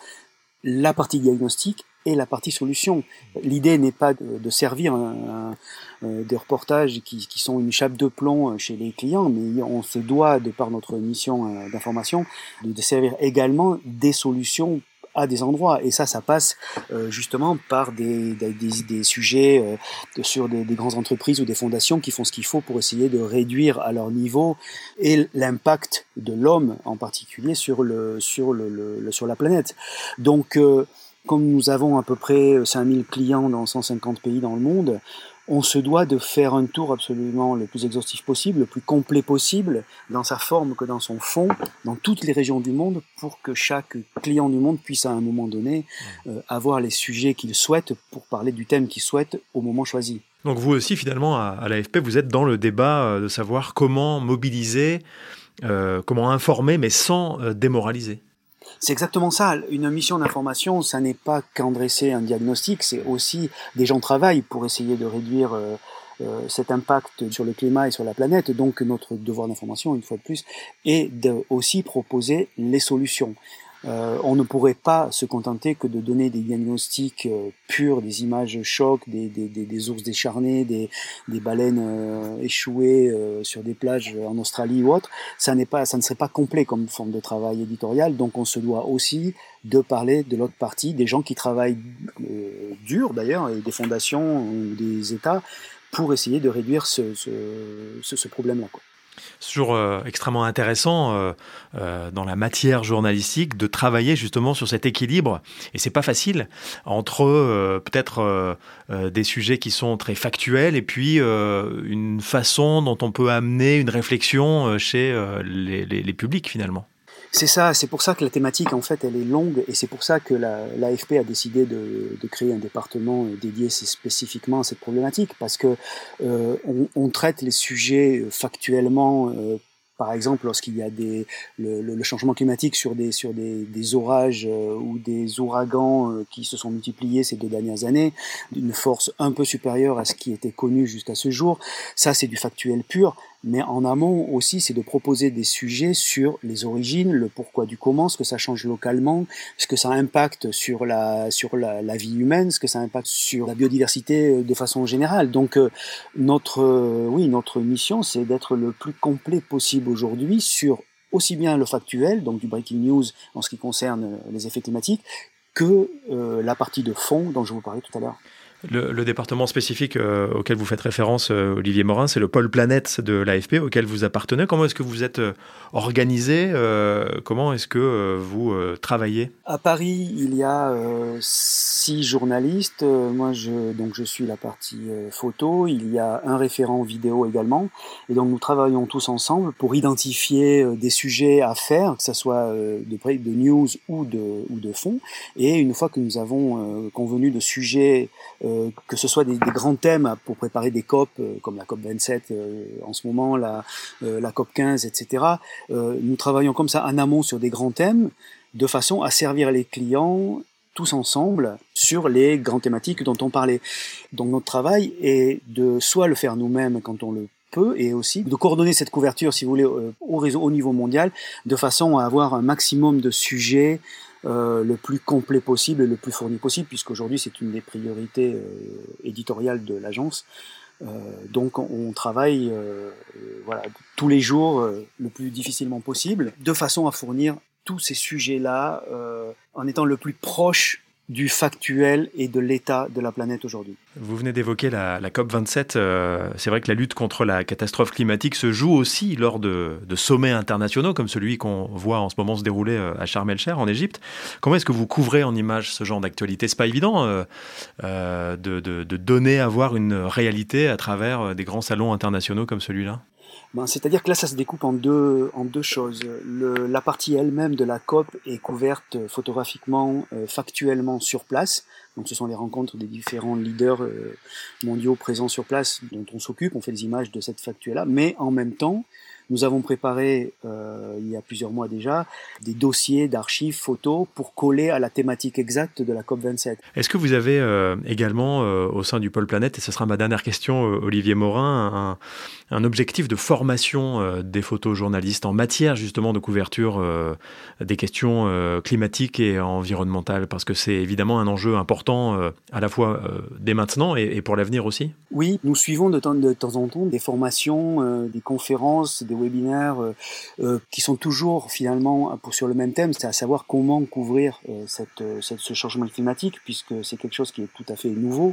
la partie diagnostic et la partie solution. L'idée n'est pas de, de servir un, un, des reportages qui, qui sont une chape de plomb chez les clients, mais on se doit, de par notre mission d'information, de, de servir également des solutions à des endroits. Et ça, ça passe euh, justement par des, des, des, des sujets euh, de, sur des, des grandes entreprises ou des fondations qui font ce qu'il faut pour essayer de réduire à leur niveau et l'impact de l'homme en particulier sur, le, sur, le, le, le, sur la planète. Donc, euh, comme nous avons à peu près cinq mille clients dans cent cinquante pays dans le monde, on se doit de faire un tour absolument le plus exhaustif possible, le plus complet possible, dans sa forme que dans son fond, dans toutes les régions du monde, pour que chaque client du monde puisse à un moment donné euh, avoir les sujets qu'il souhaite pour parler du thème qu'il souhaite au moment choisi. Donc vous aussi, finalement, à, à l'A F P, vous êtes dans le débat de savoir comment mobiliser, euh, comment informer, mais sans euh, démoraliser. C'est exactement ça. Une mission d'information, ça n'est pas qu'en dresser un diagnostic, c'est aussi des gens travaillent pour essayer de réduire euh, euh, cet impact sur le climat et sur la planète. Donc notre devoir d'information, une fois de plus, est de aussi proposer les solutions. Euh, on ne pourrait pas se contenter que de donner des diagnostics euh, purs, des images chocs, des, des, des, des ours décharnés, des, des baleines euh, échouées euh, sur des plages en Australie ou autre. Ça n'est pas, ça ne serait pas complet comme forme de travail éditorial. Donc on se doit aussi de parler de l'autre partie, des gens qui travaillent euh, dur d'ailleurs, et des fondations ou des États pour essayer de réduire ce, ce, ce, ce problème-là, quoi. C'est toujours euh, extrêmement intéressant euh, euh, dans la matière journalistique de travailler justement sur cet équilibre. Et c'est pas facile entre euh, peut-être euh, euh, des sujets qui sont très factuels et puis euh, une façon dont on peut amener une réflexion euh, chez euh, les, les, les publics finalement. C'est ça, c'est pour ça que la thématique, en fait, elle est longue, et c'est pour ça que la, l'A F P a décidé de, de créer un département dédié spécifiquement à cette problématique, parce que euh, on, on traite les sujets factuellement. Euh, Par exemple, lorsqu'il y a des, le, le changement climatique sur des, sur des, des orages euh, ou des ouragans euh, qui se sont multipliés ces deux dernières années, d'une force un peu supérieure à ce qui était connu jusqu'à ce jour, ça c'est du factuel pur. Mais en amont aussi, c'est de proposer des sujets sur les origines, le pourquoi du comment, ce que ça change localement, ce que ça impacte sur la, sur la, la vie humaine, ce que ça impacte sur la biodiversité de façon générale. Donc euh, notre, euh, oui, notre mission, c'est d'être le plus complet possible aujourd'hui sur aussi bien le factuel, donc du breaking news en ce qui concerne les effets climatiques, que euh, la partie de fond dont je vous parlais tout à l'heure. Le, le département spécifique euh, auquel vous faites référence, euh, Olivier Morin, c'est le pôle planète de l'A F P auquel vous appartenez. Comment est-ce que vous êtes euh, organisé euh, Comment est-ce que euh, vous euh, travaillez ? À Paris, il y a euh, six journalistes. Euh, moi, je, donc, je suis la partie euh, photo. Il y a un référent vidéo également. Et donc, nous travaillons tous ensemble pour identifier euh, des sujets à faire, que ce soit euh, de, de news ou de, ou de fond. Et une fois que nous avons euh, convenu de sujets euh, Euh, que ce soit des, des grands thèmes pour préparer des COP, euh, comme la COP vingt-sept euh, en ce moment, la, euh, la COP quinze, et cetera. Euh, nous travaillons comme ça en amont sur des grands thèmes, de façon à servir les clients tous ensemble sur les grandes thématiques dont on parlait. Donc notre travail est de soit le faire nous-mêmes quand on le peut, et aussi de coordonner cette couverture, si vous voulez, euh, au réseau, au niveau mondial, de façon à avoir un maximum de sujets Euh, le plus complet possible et le plus fourni possible, puisqu'aujourd'hui c'est une des priorités euh, éditoriales de l'agence. Euh, donc on travaille euh, voilà, tous les jours euh, le plus difficilement possible, de façon à fournir tous ces sujets-là euh, en étant le plus proche du factuel et de l'état de la planète aujourd'hui. Vous venez d'évoquer la, la COP vingt-sept. Euh, c'est vrai que la lutte contre la catastrophe climatique se joue aussi lors de, de sommets internationaux, comme celui qu'on voit en ce moment se dérouler à Sharm el-Sheikh, en Égypte. Comment est-ce que vous couvrez en images ce genre d'actualité ? C'est pas évident euh, euh, de, de, de donner à voir une réalité à travers des grands salons internationaux comme celui-là ? Ben, c'est-à-dire que là, ça se découpe en deux, en deux choses. Le, la partie elle-même de la COP est couverte photographiquement, euh, factuellement sur place. Donc, ce sont les rencontres des différents leaders euh, mondiaux présents sur place dont on s'occupe. On fait des images de cette factuelle-là. Mais en même temps, nous avons préparé, euh, il y a plusieurs mois déjà, des dossiers d'archives photos pour coller à la thématique exacte de la COP vingt-sept. Est-ce que vous avez euh, également, euh, au sein du pôle planète, et ce sera ma dernière question, euh, Olivier Morin, un, un objectif de formation euh, des photojournalistes en matière justement de couverture euh, des questions euh, climatiques et environnementales, parce que c'est évidemment un enjeu important euh, à la fois euh, dès maintenant et, et pour l'avenir aussi ? Oui, nous suivons de temps, de temps en temps des formations, euh, des conférences, des webinaires euh, euh, qui sont toujours finalement pour, sur le même thème, c'est à savoir comment couvrir euh, cette, cette, ce changement climatique, puisque c'est quelque chose qui est tout à fait nouveau.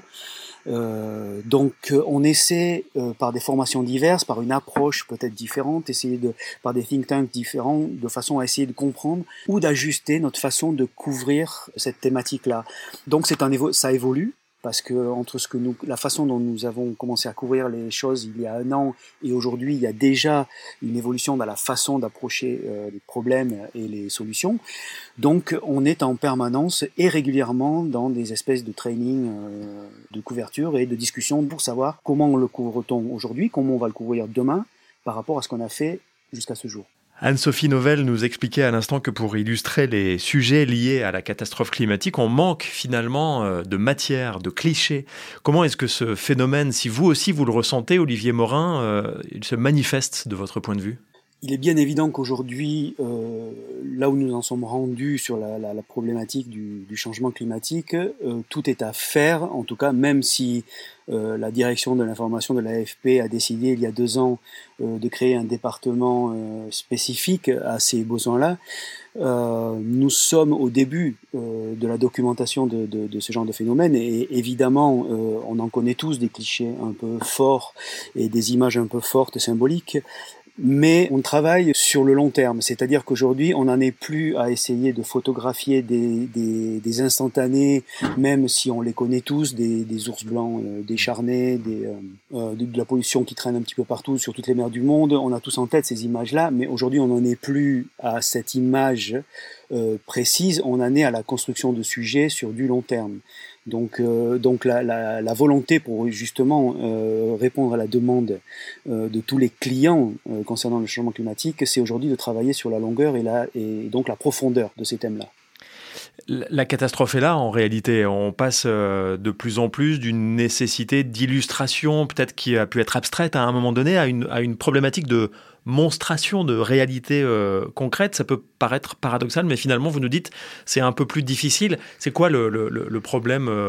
Euh, donc euh, on essaie euh, par des formations diverses, par une approche peut-être différente, essayer de, par des think tanks différents, de façon à essayer de comprendre ou d'ajuster notre façon de couvrir cette thématique-là. Donc c'est un évo- ça évolue. Parce que entre ce que nous, la façon dont nous avons commencé à couvrir les choses il y a un an et aujourd'hui, il y a déjà une évolution dans la façon d'approcher euh, les problèmes et les solutions. Donc, on est en permanence et régulièrement dans des espèces de training, euh, de couverture et de discussion pour savoir comment on le couvre-t-on aujourd'hui, comment on va le couvrir demain par rapport à ce qu'on a fait jusqu'à ce jour. Anne-Sophie Novelle nous expliquait à l'instant que pour illustrer les sujets liés à la catastrophe climatique, on manque finalement de matière, de clichés. Comment est-ce que ce phénomène, si vous aussi vous le ressentez, Olivier Morin, euh, il se manifeste de votre point de vue ? Il est bien évident qu'aujourd'hui, euh, là où nous en sommes rendus sur la, la, la problématique du, du changement climatique, euh, tout est à faire, en tout cas, même si euh, la direction de l'information de l'A F P a décidé il y a deux ans euh, de créer un département euh, spécifique à ces besoins-là. Euh, nous sommes au début euh, de la documentation de, de, de ce genre de phénomène et évidemment, euh, on en connaît tous des clichés un peu forts et des images un peu fortes, symboliques. Mais on travaille sur le long terme, c'est-à-dire qu'aujourd'hui, on n'en est plus à essayer de photographier des, des, des instantanés, même si on les connaît tous, des, des ours blancs euh, décharnés, des, euh, de, de la pollution qui traîne un petit peu partout sur toutes les mers du monde. On a tous en tête ces images-là, mais aujourd'hui, on n'en est plus à cette image euh, précise, on en est à la construction de sujets sur du long terme. Donc, euh, donc la, la, la volonté pour justement euh, répondre à la demande euh, de tous les clients euh, concernant le changement climatique, c'est aujourd'hui de travailler sur la longueur et, la, et donc la profondeur de ces thèmes-là. La catastrophe est là, en réalité. On passe de plus en plus d'une nécessité d'illustration, peut-être qui a pu être abstraite à un moment donné, à une, à une problématique de monstration, de réalité euh, concrète. Ça peut paraître paradoxal, mais finalement, vous nous dites, c'est un peu plus difficile. C'est quoi le, le, le problème euh,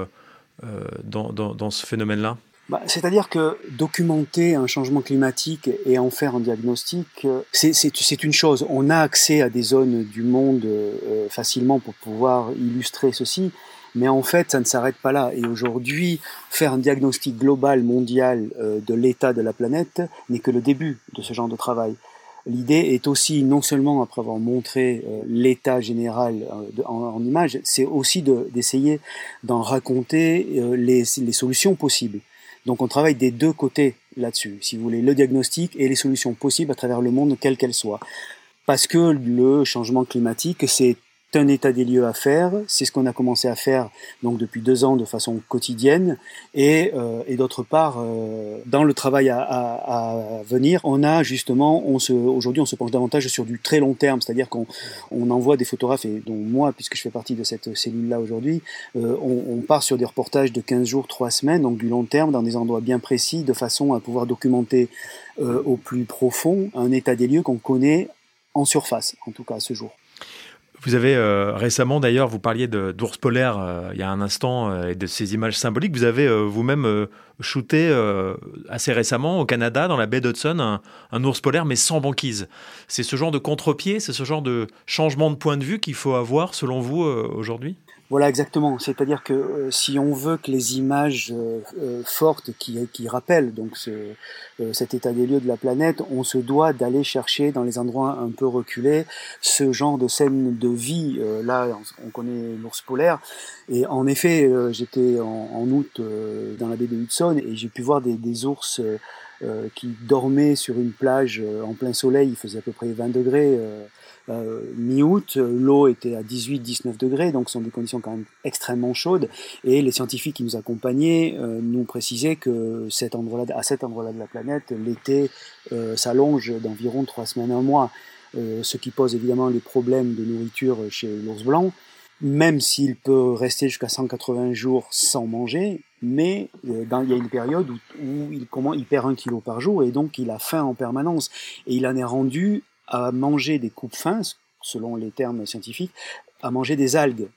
dans, dans, dans ce phénomène-là ? Bah, c'est-à-dire que documenter un changement climatique et en faire un diagnostic, c'est, c'est, c'est une chose. On a accès à des zones du monde euh, facilement pour pouvoir illustrer ceci, mais en fait, ça ne s'arrête pas là. Et aujourd'hui, faire un diagnostic global, mondial euh, de l'état de la planète n'est que le début de ce genre de travail. L'idée est aussi, non seulement après avoir montré euh, l'état général euh, de, en, en images, c'est aussi de, d'essayer d'en raconter euh, les, les solutions possibles. Donc on travaille des deux côtés là-dessus, si vous voulez, le diagnostic et les solutions possibles à travers le monde, quelles qu'elles soient. Parce que le changement climatique, c'est un état des lieux à faire, c'est ce qu'on a commencé à faire donc depuis deux ans de façon quotidienne, et, euh, et d'autre part, euh, dans le travail à, à, à venir, on a justement, on se, aujourd'hui on se penche davantage sur du très long terme, c'est-à-dire qu'on on envoie des photographes, et dont moi, puisque je fais partie de cette cellule-là aujourd'hui, euh, on, on part sur des reportages de quinze jours, trois semaines, donc du long terme, dans des endroits bien précis, de façon à pouvoir documenter euh, au plus profond un état des lieux qu'on connaît en surface, en tout cas à ce jour. Vous avez euh, récemment, d'ailleurs, vous parliez de, d'ours polaires euh, il y a un instant euh, et de ces images symboliques. Vous avez euh, vous-même euh, shooté euh, assez récemment au Canada, dans la baie d'Hudson, un, un ours polaire, mais sans banquise. C'est ce genre de contre-pied, c'est ce genre de changement de point de vue qu'il faut avoir, selon vous, euh, aujourd'hui ? Voilà, exactement. C'est-à-dire que euh, si on veut que les images euh, euh, fortes qui, qui rappellent donc ce, euh, cet état des lieux de la planète, on se doit d'aller chercher dans les endroits un peu reculés ce genre de scène de vie. Euh, là, on connaît l'ours polaire. Et en effet, euh, j'étais en, en août euh, dans la baie de Hudson et j'ai pu voir des, des ours euh, euh, qui dormaient sur une plage euh, en plein soleil. Il faisait à peu près vingt degrés. Euh, Euh, mi-août, l'eau était à dix-huit à dix-neuf degrés, donc ce sont des conditions quand même extrêmement chaudes, et les scientifiques qui nous accompagnaient euh, nous précisaient que cet endroit-là, à cet endroit-là de la planète, l'été euh, s'allonge d'environ trois semaines à un mois, euh, ce qui pose évidemment les problèmes de nourriture chez l'ours blanc, même s'il peut rester jusqu'à cent quatre-vingts jours sans manger, mais euh, dans, il y a une période où, où il, comment, il perd un kilo par jour, et donc il a faim en permanence, et il en est rendu à manger des coupes fins, selon les termes scientifiques, à manger des algues.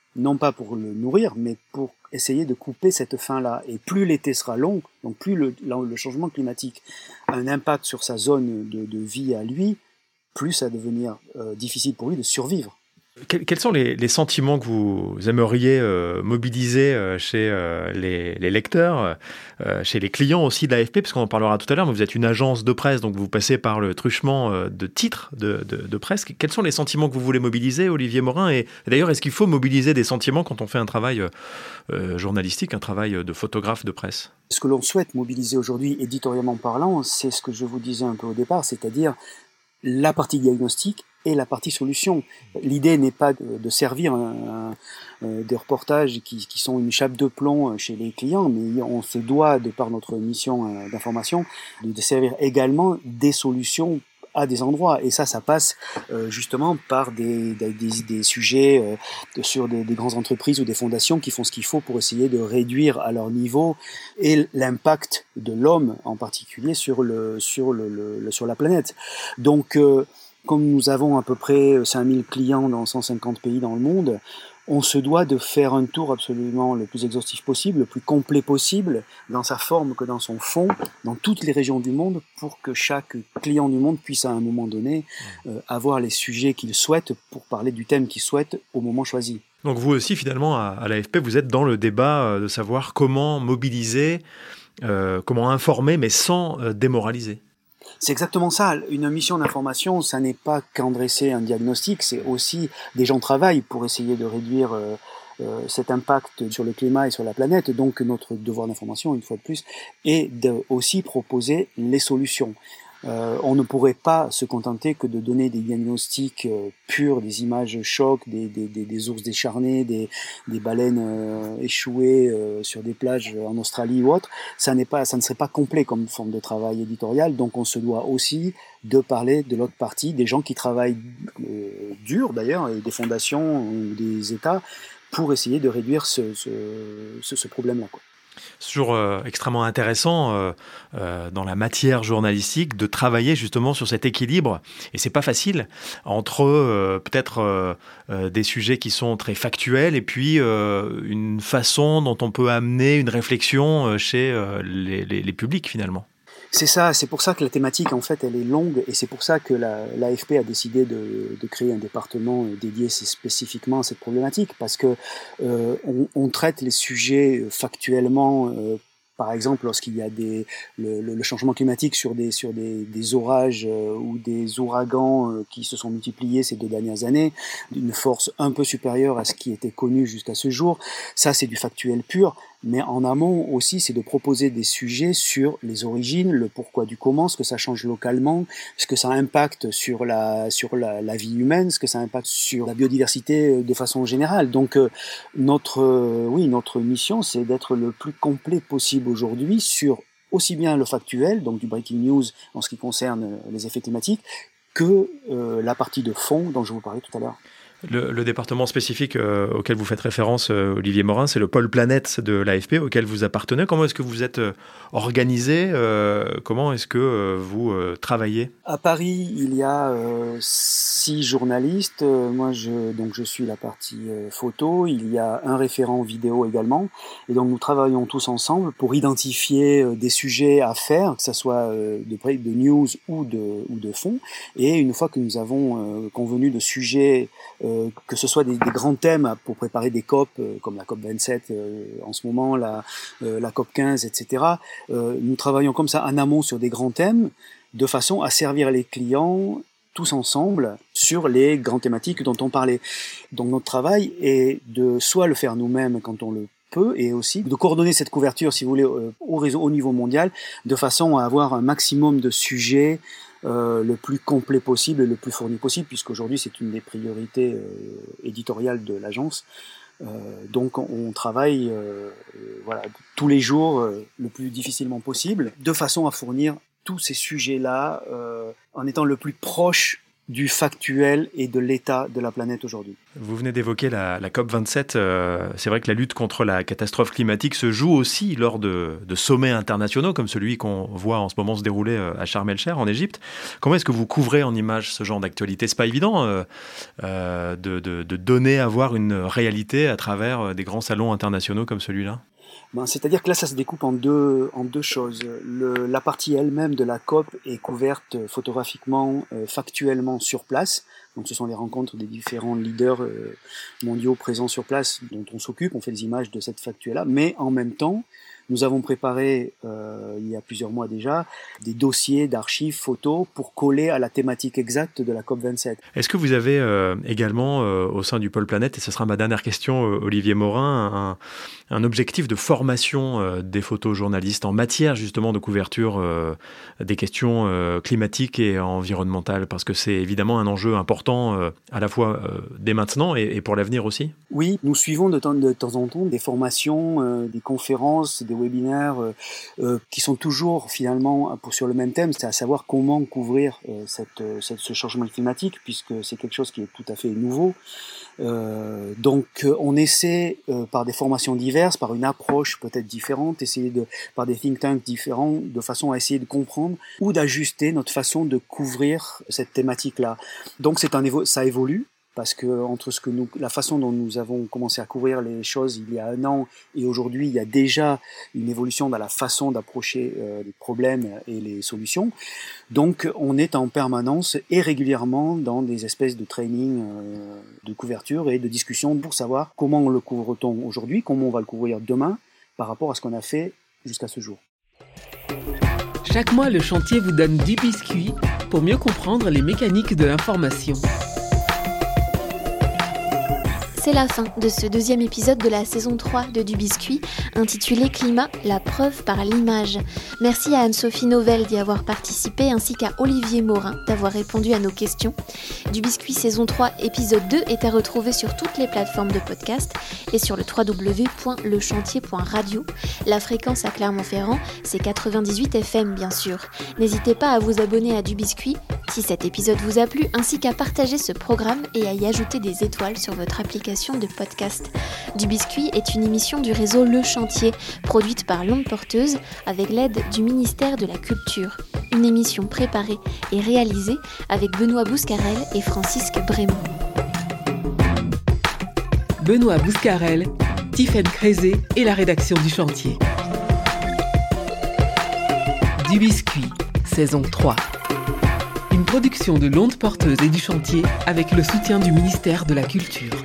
non pas pour le nourrir, mais pour essayer de couper cette faim-là. Et plus l'été sera long, donc plus le, le changement climatique a un impact sur sa zone de, de vie à lui, plus ça va devenir euh, difficile pour lui de survivre. Quels sont les, les sentiments que vous aimeriez euh, mobiliser euh, chez euh, les, les lecteurs, euh, chez les clients aussi de l'A F P, parce qu'on en parlera tout à l'heure, mais vous êtes une agence de presse, donc vous passez par le truchement euh, de titres de, de, de presse. Quels sont les sentiments que vous voulez mobiliser, Olivier Morin ? Et d'ailleurs, est-ce qu'il faut mobiliser des sentiments quand on fait un travail euh, journalistique, un travail de photographe de presse ? Ce que l'on souhaite mobiliser aujourd'hui, éditorialement parlant, c'est ce que je vous disais un peu au départ, c'est-à-dire la partie diagnostic et la partie solution. L'idée n'est pas de, de servir un, un, des reportages qui, qui sont une chape de plomb chez les clients, mais on se doit, de par notre mission d'information, de, de servir également des solutions à des endroits. Et ça, ça passe euh, justement par des, des, des, des sujets euh, de, sur des, des grandes entreprises ou des fondations qui font ce qu'il faut pour essayer de réduire à leur niveau et l'impact de l'homme en particulier sur, le, sur, le, le, le, sur la planète. Donc, euh, comme nous avons à peu près cinq mille clients dans cent cinquante pays dans le monde, on se doit de faire un tour absolument le plus exhaustif possible, le plus complet possible, dans sa forme que dans son fond, dans toutes les régions du monde, pour que chaque client du monde puisse à un moment donné euh, avoir les sujets qu'il souhaite pour parler du thème qu'il souhaite au moment choisi. Donc vous aussi, finalement, à, à l'A F P, vous êtes dans le débat de savoir comment mobiliser, euh, comment informer, mais sans euh, démoraliser. C'est exactement ça. Une mission d'information, ça n'est pas qu'en dresser un diagnostic, c'est aussi des gens travaillent pour essayer de réduire euh, euh, cet impact sur le climat et sur la planète. Donc notre devoir d'information, une fois de plus, est de aussi proposer les solutions. Euh, on ne pourrait pas se contenter que de donner des diagnostics euh, purs, des images chocs, des, des, des, des ours décharnés, des, des baleines euh, échouées euh, sur des plages en Australie ou autre. Ça n'est pas, ça ne serait pas complet comme forme de travail éditorial. Donc on se doit aussi de parler de l'autre partie, des gens qui travaillent euh, dur d'ailleurs, et des fondations ou des États pour essayer de réduire ce, ce, ce, ce problème-là, quoi. C'est toujours euh, extrêmement intéressant euh, euh, dans la matière journalistique de travailler justement sur cet équilibre. Et c'est pas facile entre euh, peut-être euh, euh, des sujets qui sont très factuels et puis euh, une façon dont on peut amener une réflexion euh, chez euh, les, les, les publics finalement. C'est ça, c'est pour ça que la thématique, en fait, elle est longue, et c'est pour ça que la, l'A F P a décidé de, de créer un département dédié spécifiquement à cette problématique, parce que euh, on, on traite les sujets factuellement. Euh, Par exemple, lorsqu'il y a des, le, le changement climatique sur des, sur des, des orages euh, ou des ouragans euh, qui se sont multipliés ces deux dernières années, d'une force un peu supérieure à ce qui était connu jusqu'à ce jour, ça c'est du factuel pur. Mais en amont aussi, c'est de proposer des sujets sur les origines, le pourquoi du comment, ce que ça change localement, ce que ça impacte sur la, sur la, la vie humaine, ce que ça impacte sur la biodiversité de façon générale. Donc euh, notre, euh, oui, notre mission, c'est d'être le plus complet possible aujourd'hui sur aussi bien le factuel, donc du breaking news en ce qui concerne les effets climatiques, que euh, la partie de fond dont je vous parlais tout à l'heure. Le, le département spécifique euh, auquel vous faites référence, euh, Olivier Morin, c'est le pôle planète de l'A F P auquel vous appartenez. Comment est-ce que vous êtes euh, organisé euh, Comment est-ce que euh, vous euh, travaillez ? À Paris, il y a euh, six journalistes. Euh, moi, je, donc, je suis la partie euh, photo. Il y a un référent vidéo également. Et donc, nous travaillons tous ensemble pour identifier euh, des sujets à faire, que ce soit euh, de, de news ou de, ou de fond. Et une fois que nous avons euh, convenu de sujets euh, Euh, que ce soit des, des grands thèmes pour préparer des COP, euh, comme la COP vingt-sept euh, en ce moment, la, euh, la COP quinze, et cetera. Euh, nous travaillons comme ça en amont sur des grands thèmes, de façon à servir les clients tous ensemble sur les grandes thématiques dont on parlait. Donc notre travail est de soit le faire nous-mêmes quand on le peut, et aussi de coordonner cette couverture, si vous voulez, euh, au réseau, au niveau mondial, de façon à avoir un maximum de sujets Euh, le plus complet possible et le plus fourni possible, puisqu'aujourd'hui c'est une des priorités euh, éditoriales de l'agence. Euh, donc on travaille euh, voilà, tous les jours euh, le plus difficilement possible, de façon à fournir tous ces sujets-là euh, en étant le plus proche du factuel et de l'état de la planète aujourd'hui. Vous venez d'évoquer la, la C O P vingt-sept. Euh, c'est vrai que la lutte contre la catastrophe climatique se joue aussi lors de, de sommets internationaux comme celui qu'on voit en ce moment se dérouler à Sharm el-Sheikh en Égypte. Comment est-ce que vous couvrez en images ce genre d'actualité ? C'est pas évident euh, euh, de, de, de donner à voir une réalité à travers des grands salons internationaux comme celui-là. Ben, c'est-à-dire que là, ça se découpe en deux, en deux choses. Le, la partie elle-même de la C O P est couverte photographiquement, euh, factuellement sur place. Donc, ce sont les rencontres des différents leaders euh, mondiaux présents sur place dont on s'occupe. On fait des images de cette factuelle-là. Mais en même temps, nous avons préparé, euh, il y a plusieurs mois déjà, des dossiers d'archives photos pour coller à la thématique exacte de la C O P vingt-sept. Est-ce que vous avez euh, également, euh, au sein du pôle Planète, et ce sera ma dernière question, euh, Olivier Morin, un, un objectif de formation euh, des photojournalistes en matière justement de couverture euh, des questions euh, climatiques et environnementales ? Parce que c'est évidemment un enjeu important euh, à la fois euh, dès maintenant et, et pour l'avenir aussi. Oui, nous suivons de temps, de temps en temps des formations, euh, des conférences, des webinaires euh, euh, qui sont toujours finalement pour, sur le même thème, c'est à savoir comment couvrir euh, cette, cette, ce changement climatique, puisque c'est quelque chose qui est tout à fait nouveau. Euh, donc euh, on essaie euh, par des formations diverses, par une approche peut-être différente, essayer de, par des think tanks différents, de façon à essayer de comprendre ou d'ajuster notre façon de couvrir cette thématique-là. Donc c'est un évo- ça évolue. Parce que entre ce que nous, la façon dont nous avons commencé à couvrir les choses il y a un an et aujourd'hui, il y a déjà une évolution dans la façon d'approcher euh, les problèmes et les solutions. Donc, on est en permanence et régulièrement dans des espèces de training euh, de couverture et de discussion pour savoir comment le couvre-t-on aujourd'hui, comment on va le couvrir demain par rapport à ce qu'on a fait jusqu'à ce jour. Chaque mois, le chantier vous donne dix biscuits pour mieux comprendre les mécaniques de l'information. C'est la fin de ce deuxième épisode de la saison trois de Du Biscuit, intitulé Climat, la preuve par l'image. Merci à Anne-Sophie Novelle d'y avoir participé, ainsi qu'à Olivier Morin d'avoir répondu à nos questions. Du Biscuit saison trois, épisode deux est à retrouver sur toutes les plateformes de podcast et sur le w w w point le chantier point radio. La fréquence à Clermont-Ferrand, c'est quatre-vingt-dix-huit F M bien sûr. N'hésitez pas à vous abonner à Du Biscuit si cet épisode vous a plu, ainsi qu'à partager ce programme et à y ajouter des étoiles sur votre application de podcast. Du Biscuit est une émission du réseau Le Chantier, produite par L'Onde Porteuse avec l'aide du ministère de la Culture. Une émission préparée et réalisée avec Benoît Bouscarel et Francisque Brémond. Benoît Bouscarel, Tiffaine Crézé et la rédaction du Chantier. Du Biscuit, saison trois. Une production de L'Onde Porteuse et du Chantier avec le soutien du ministère de la Culture.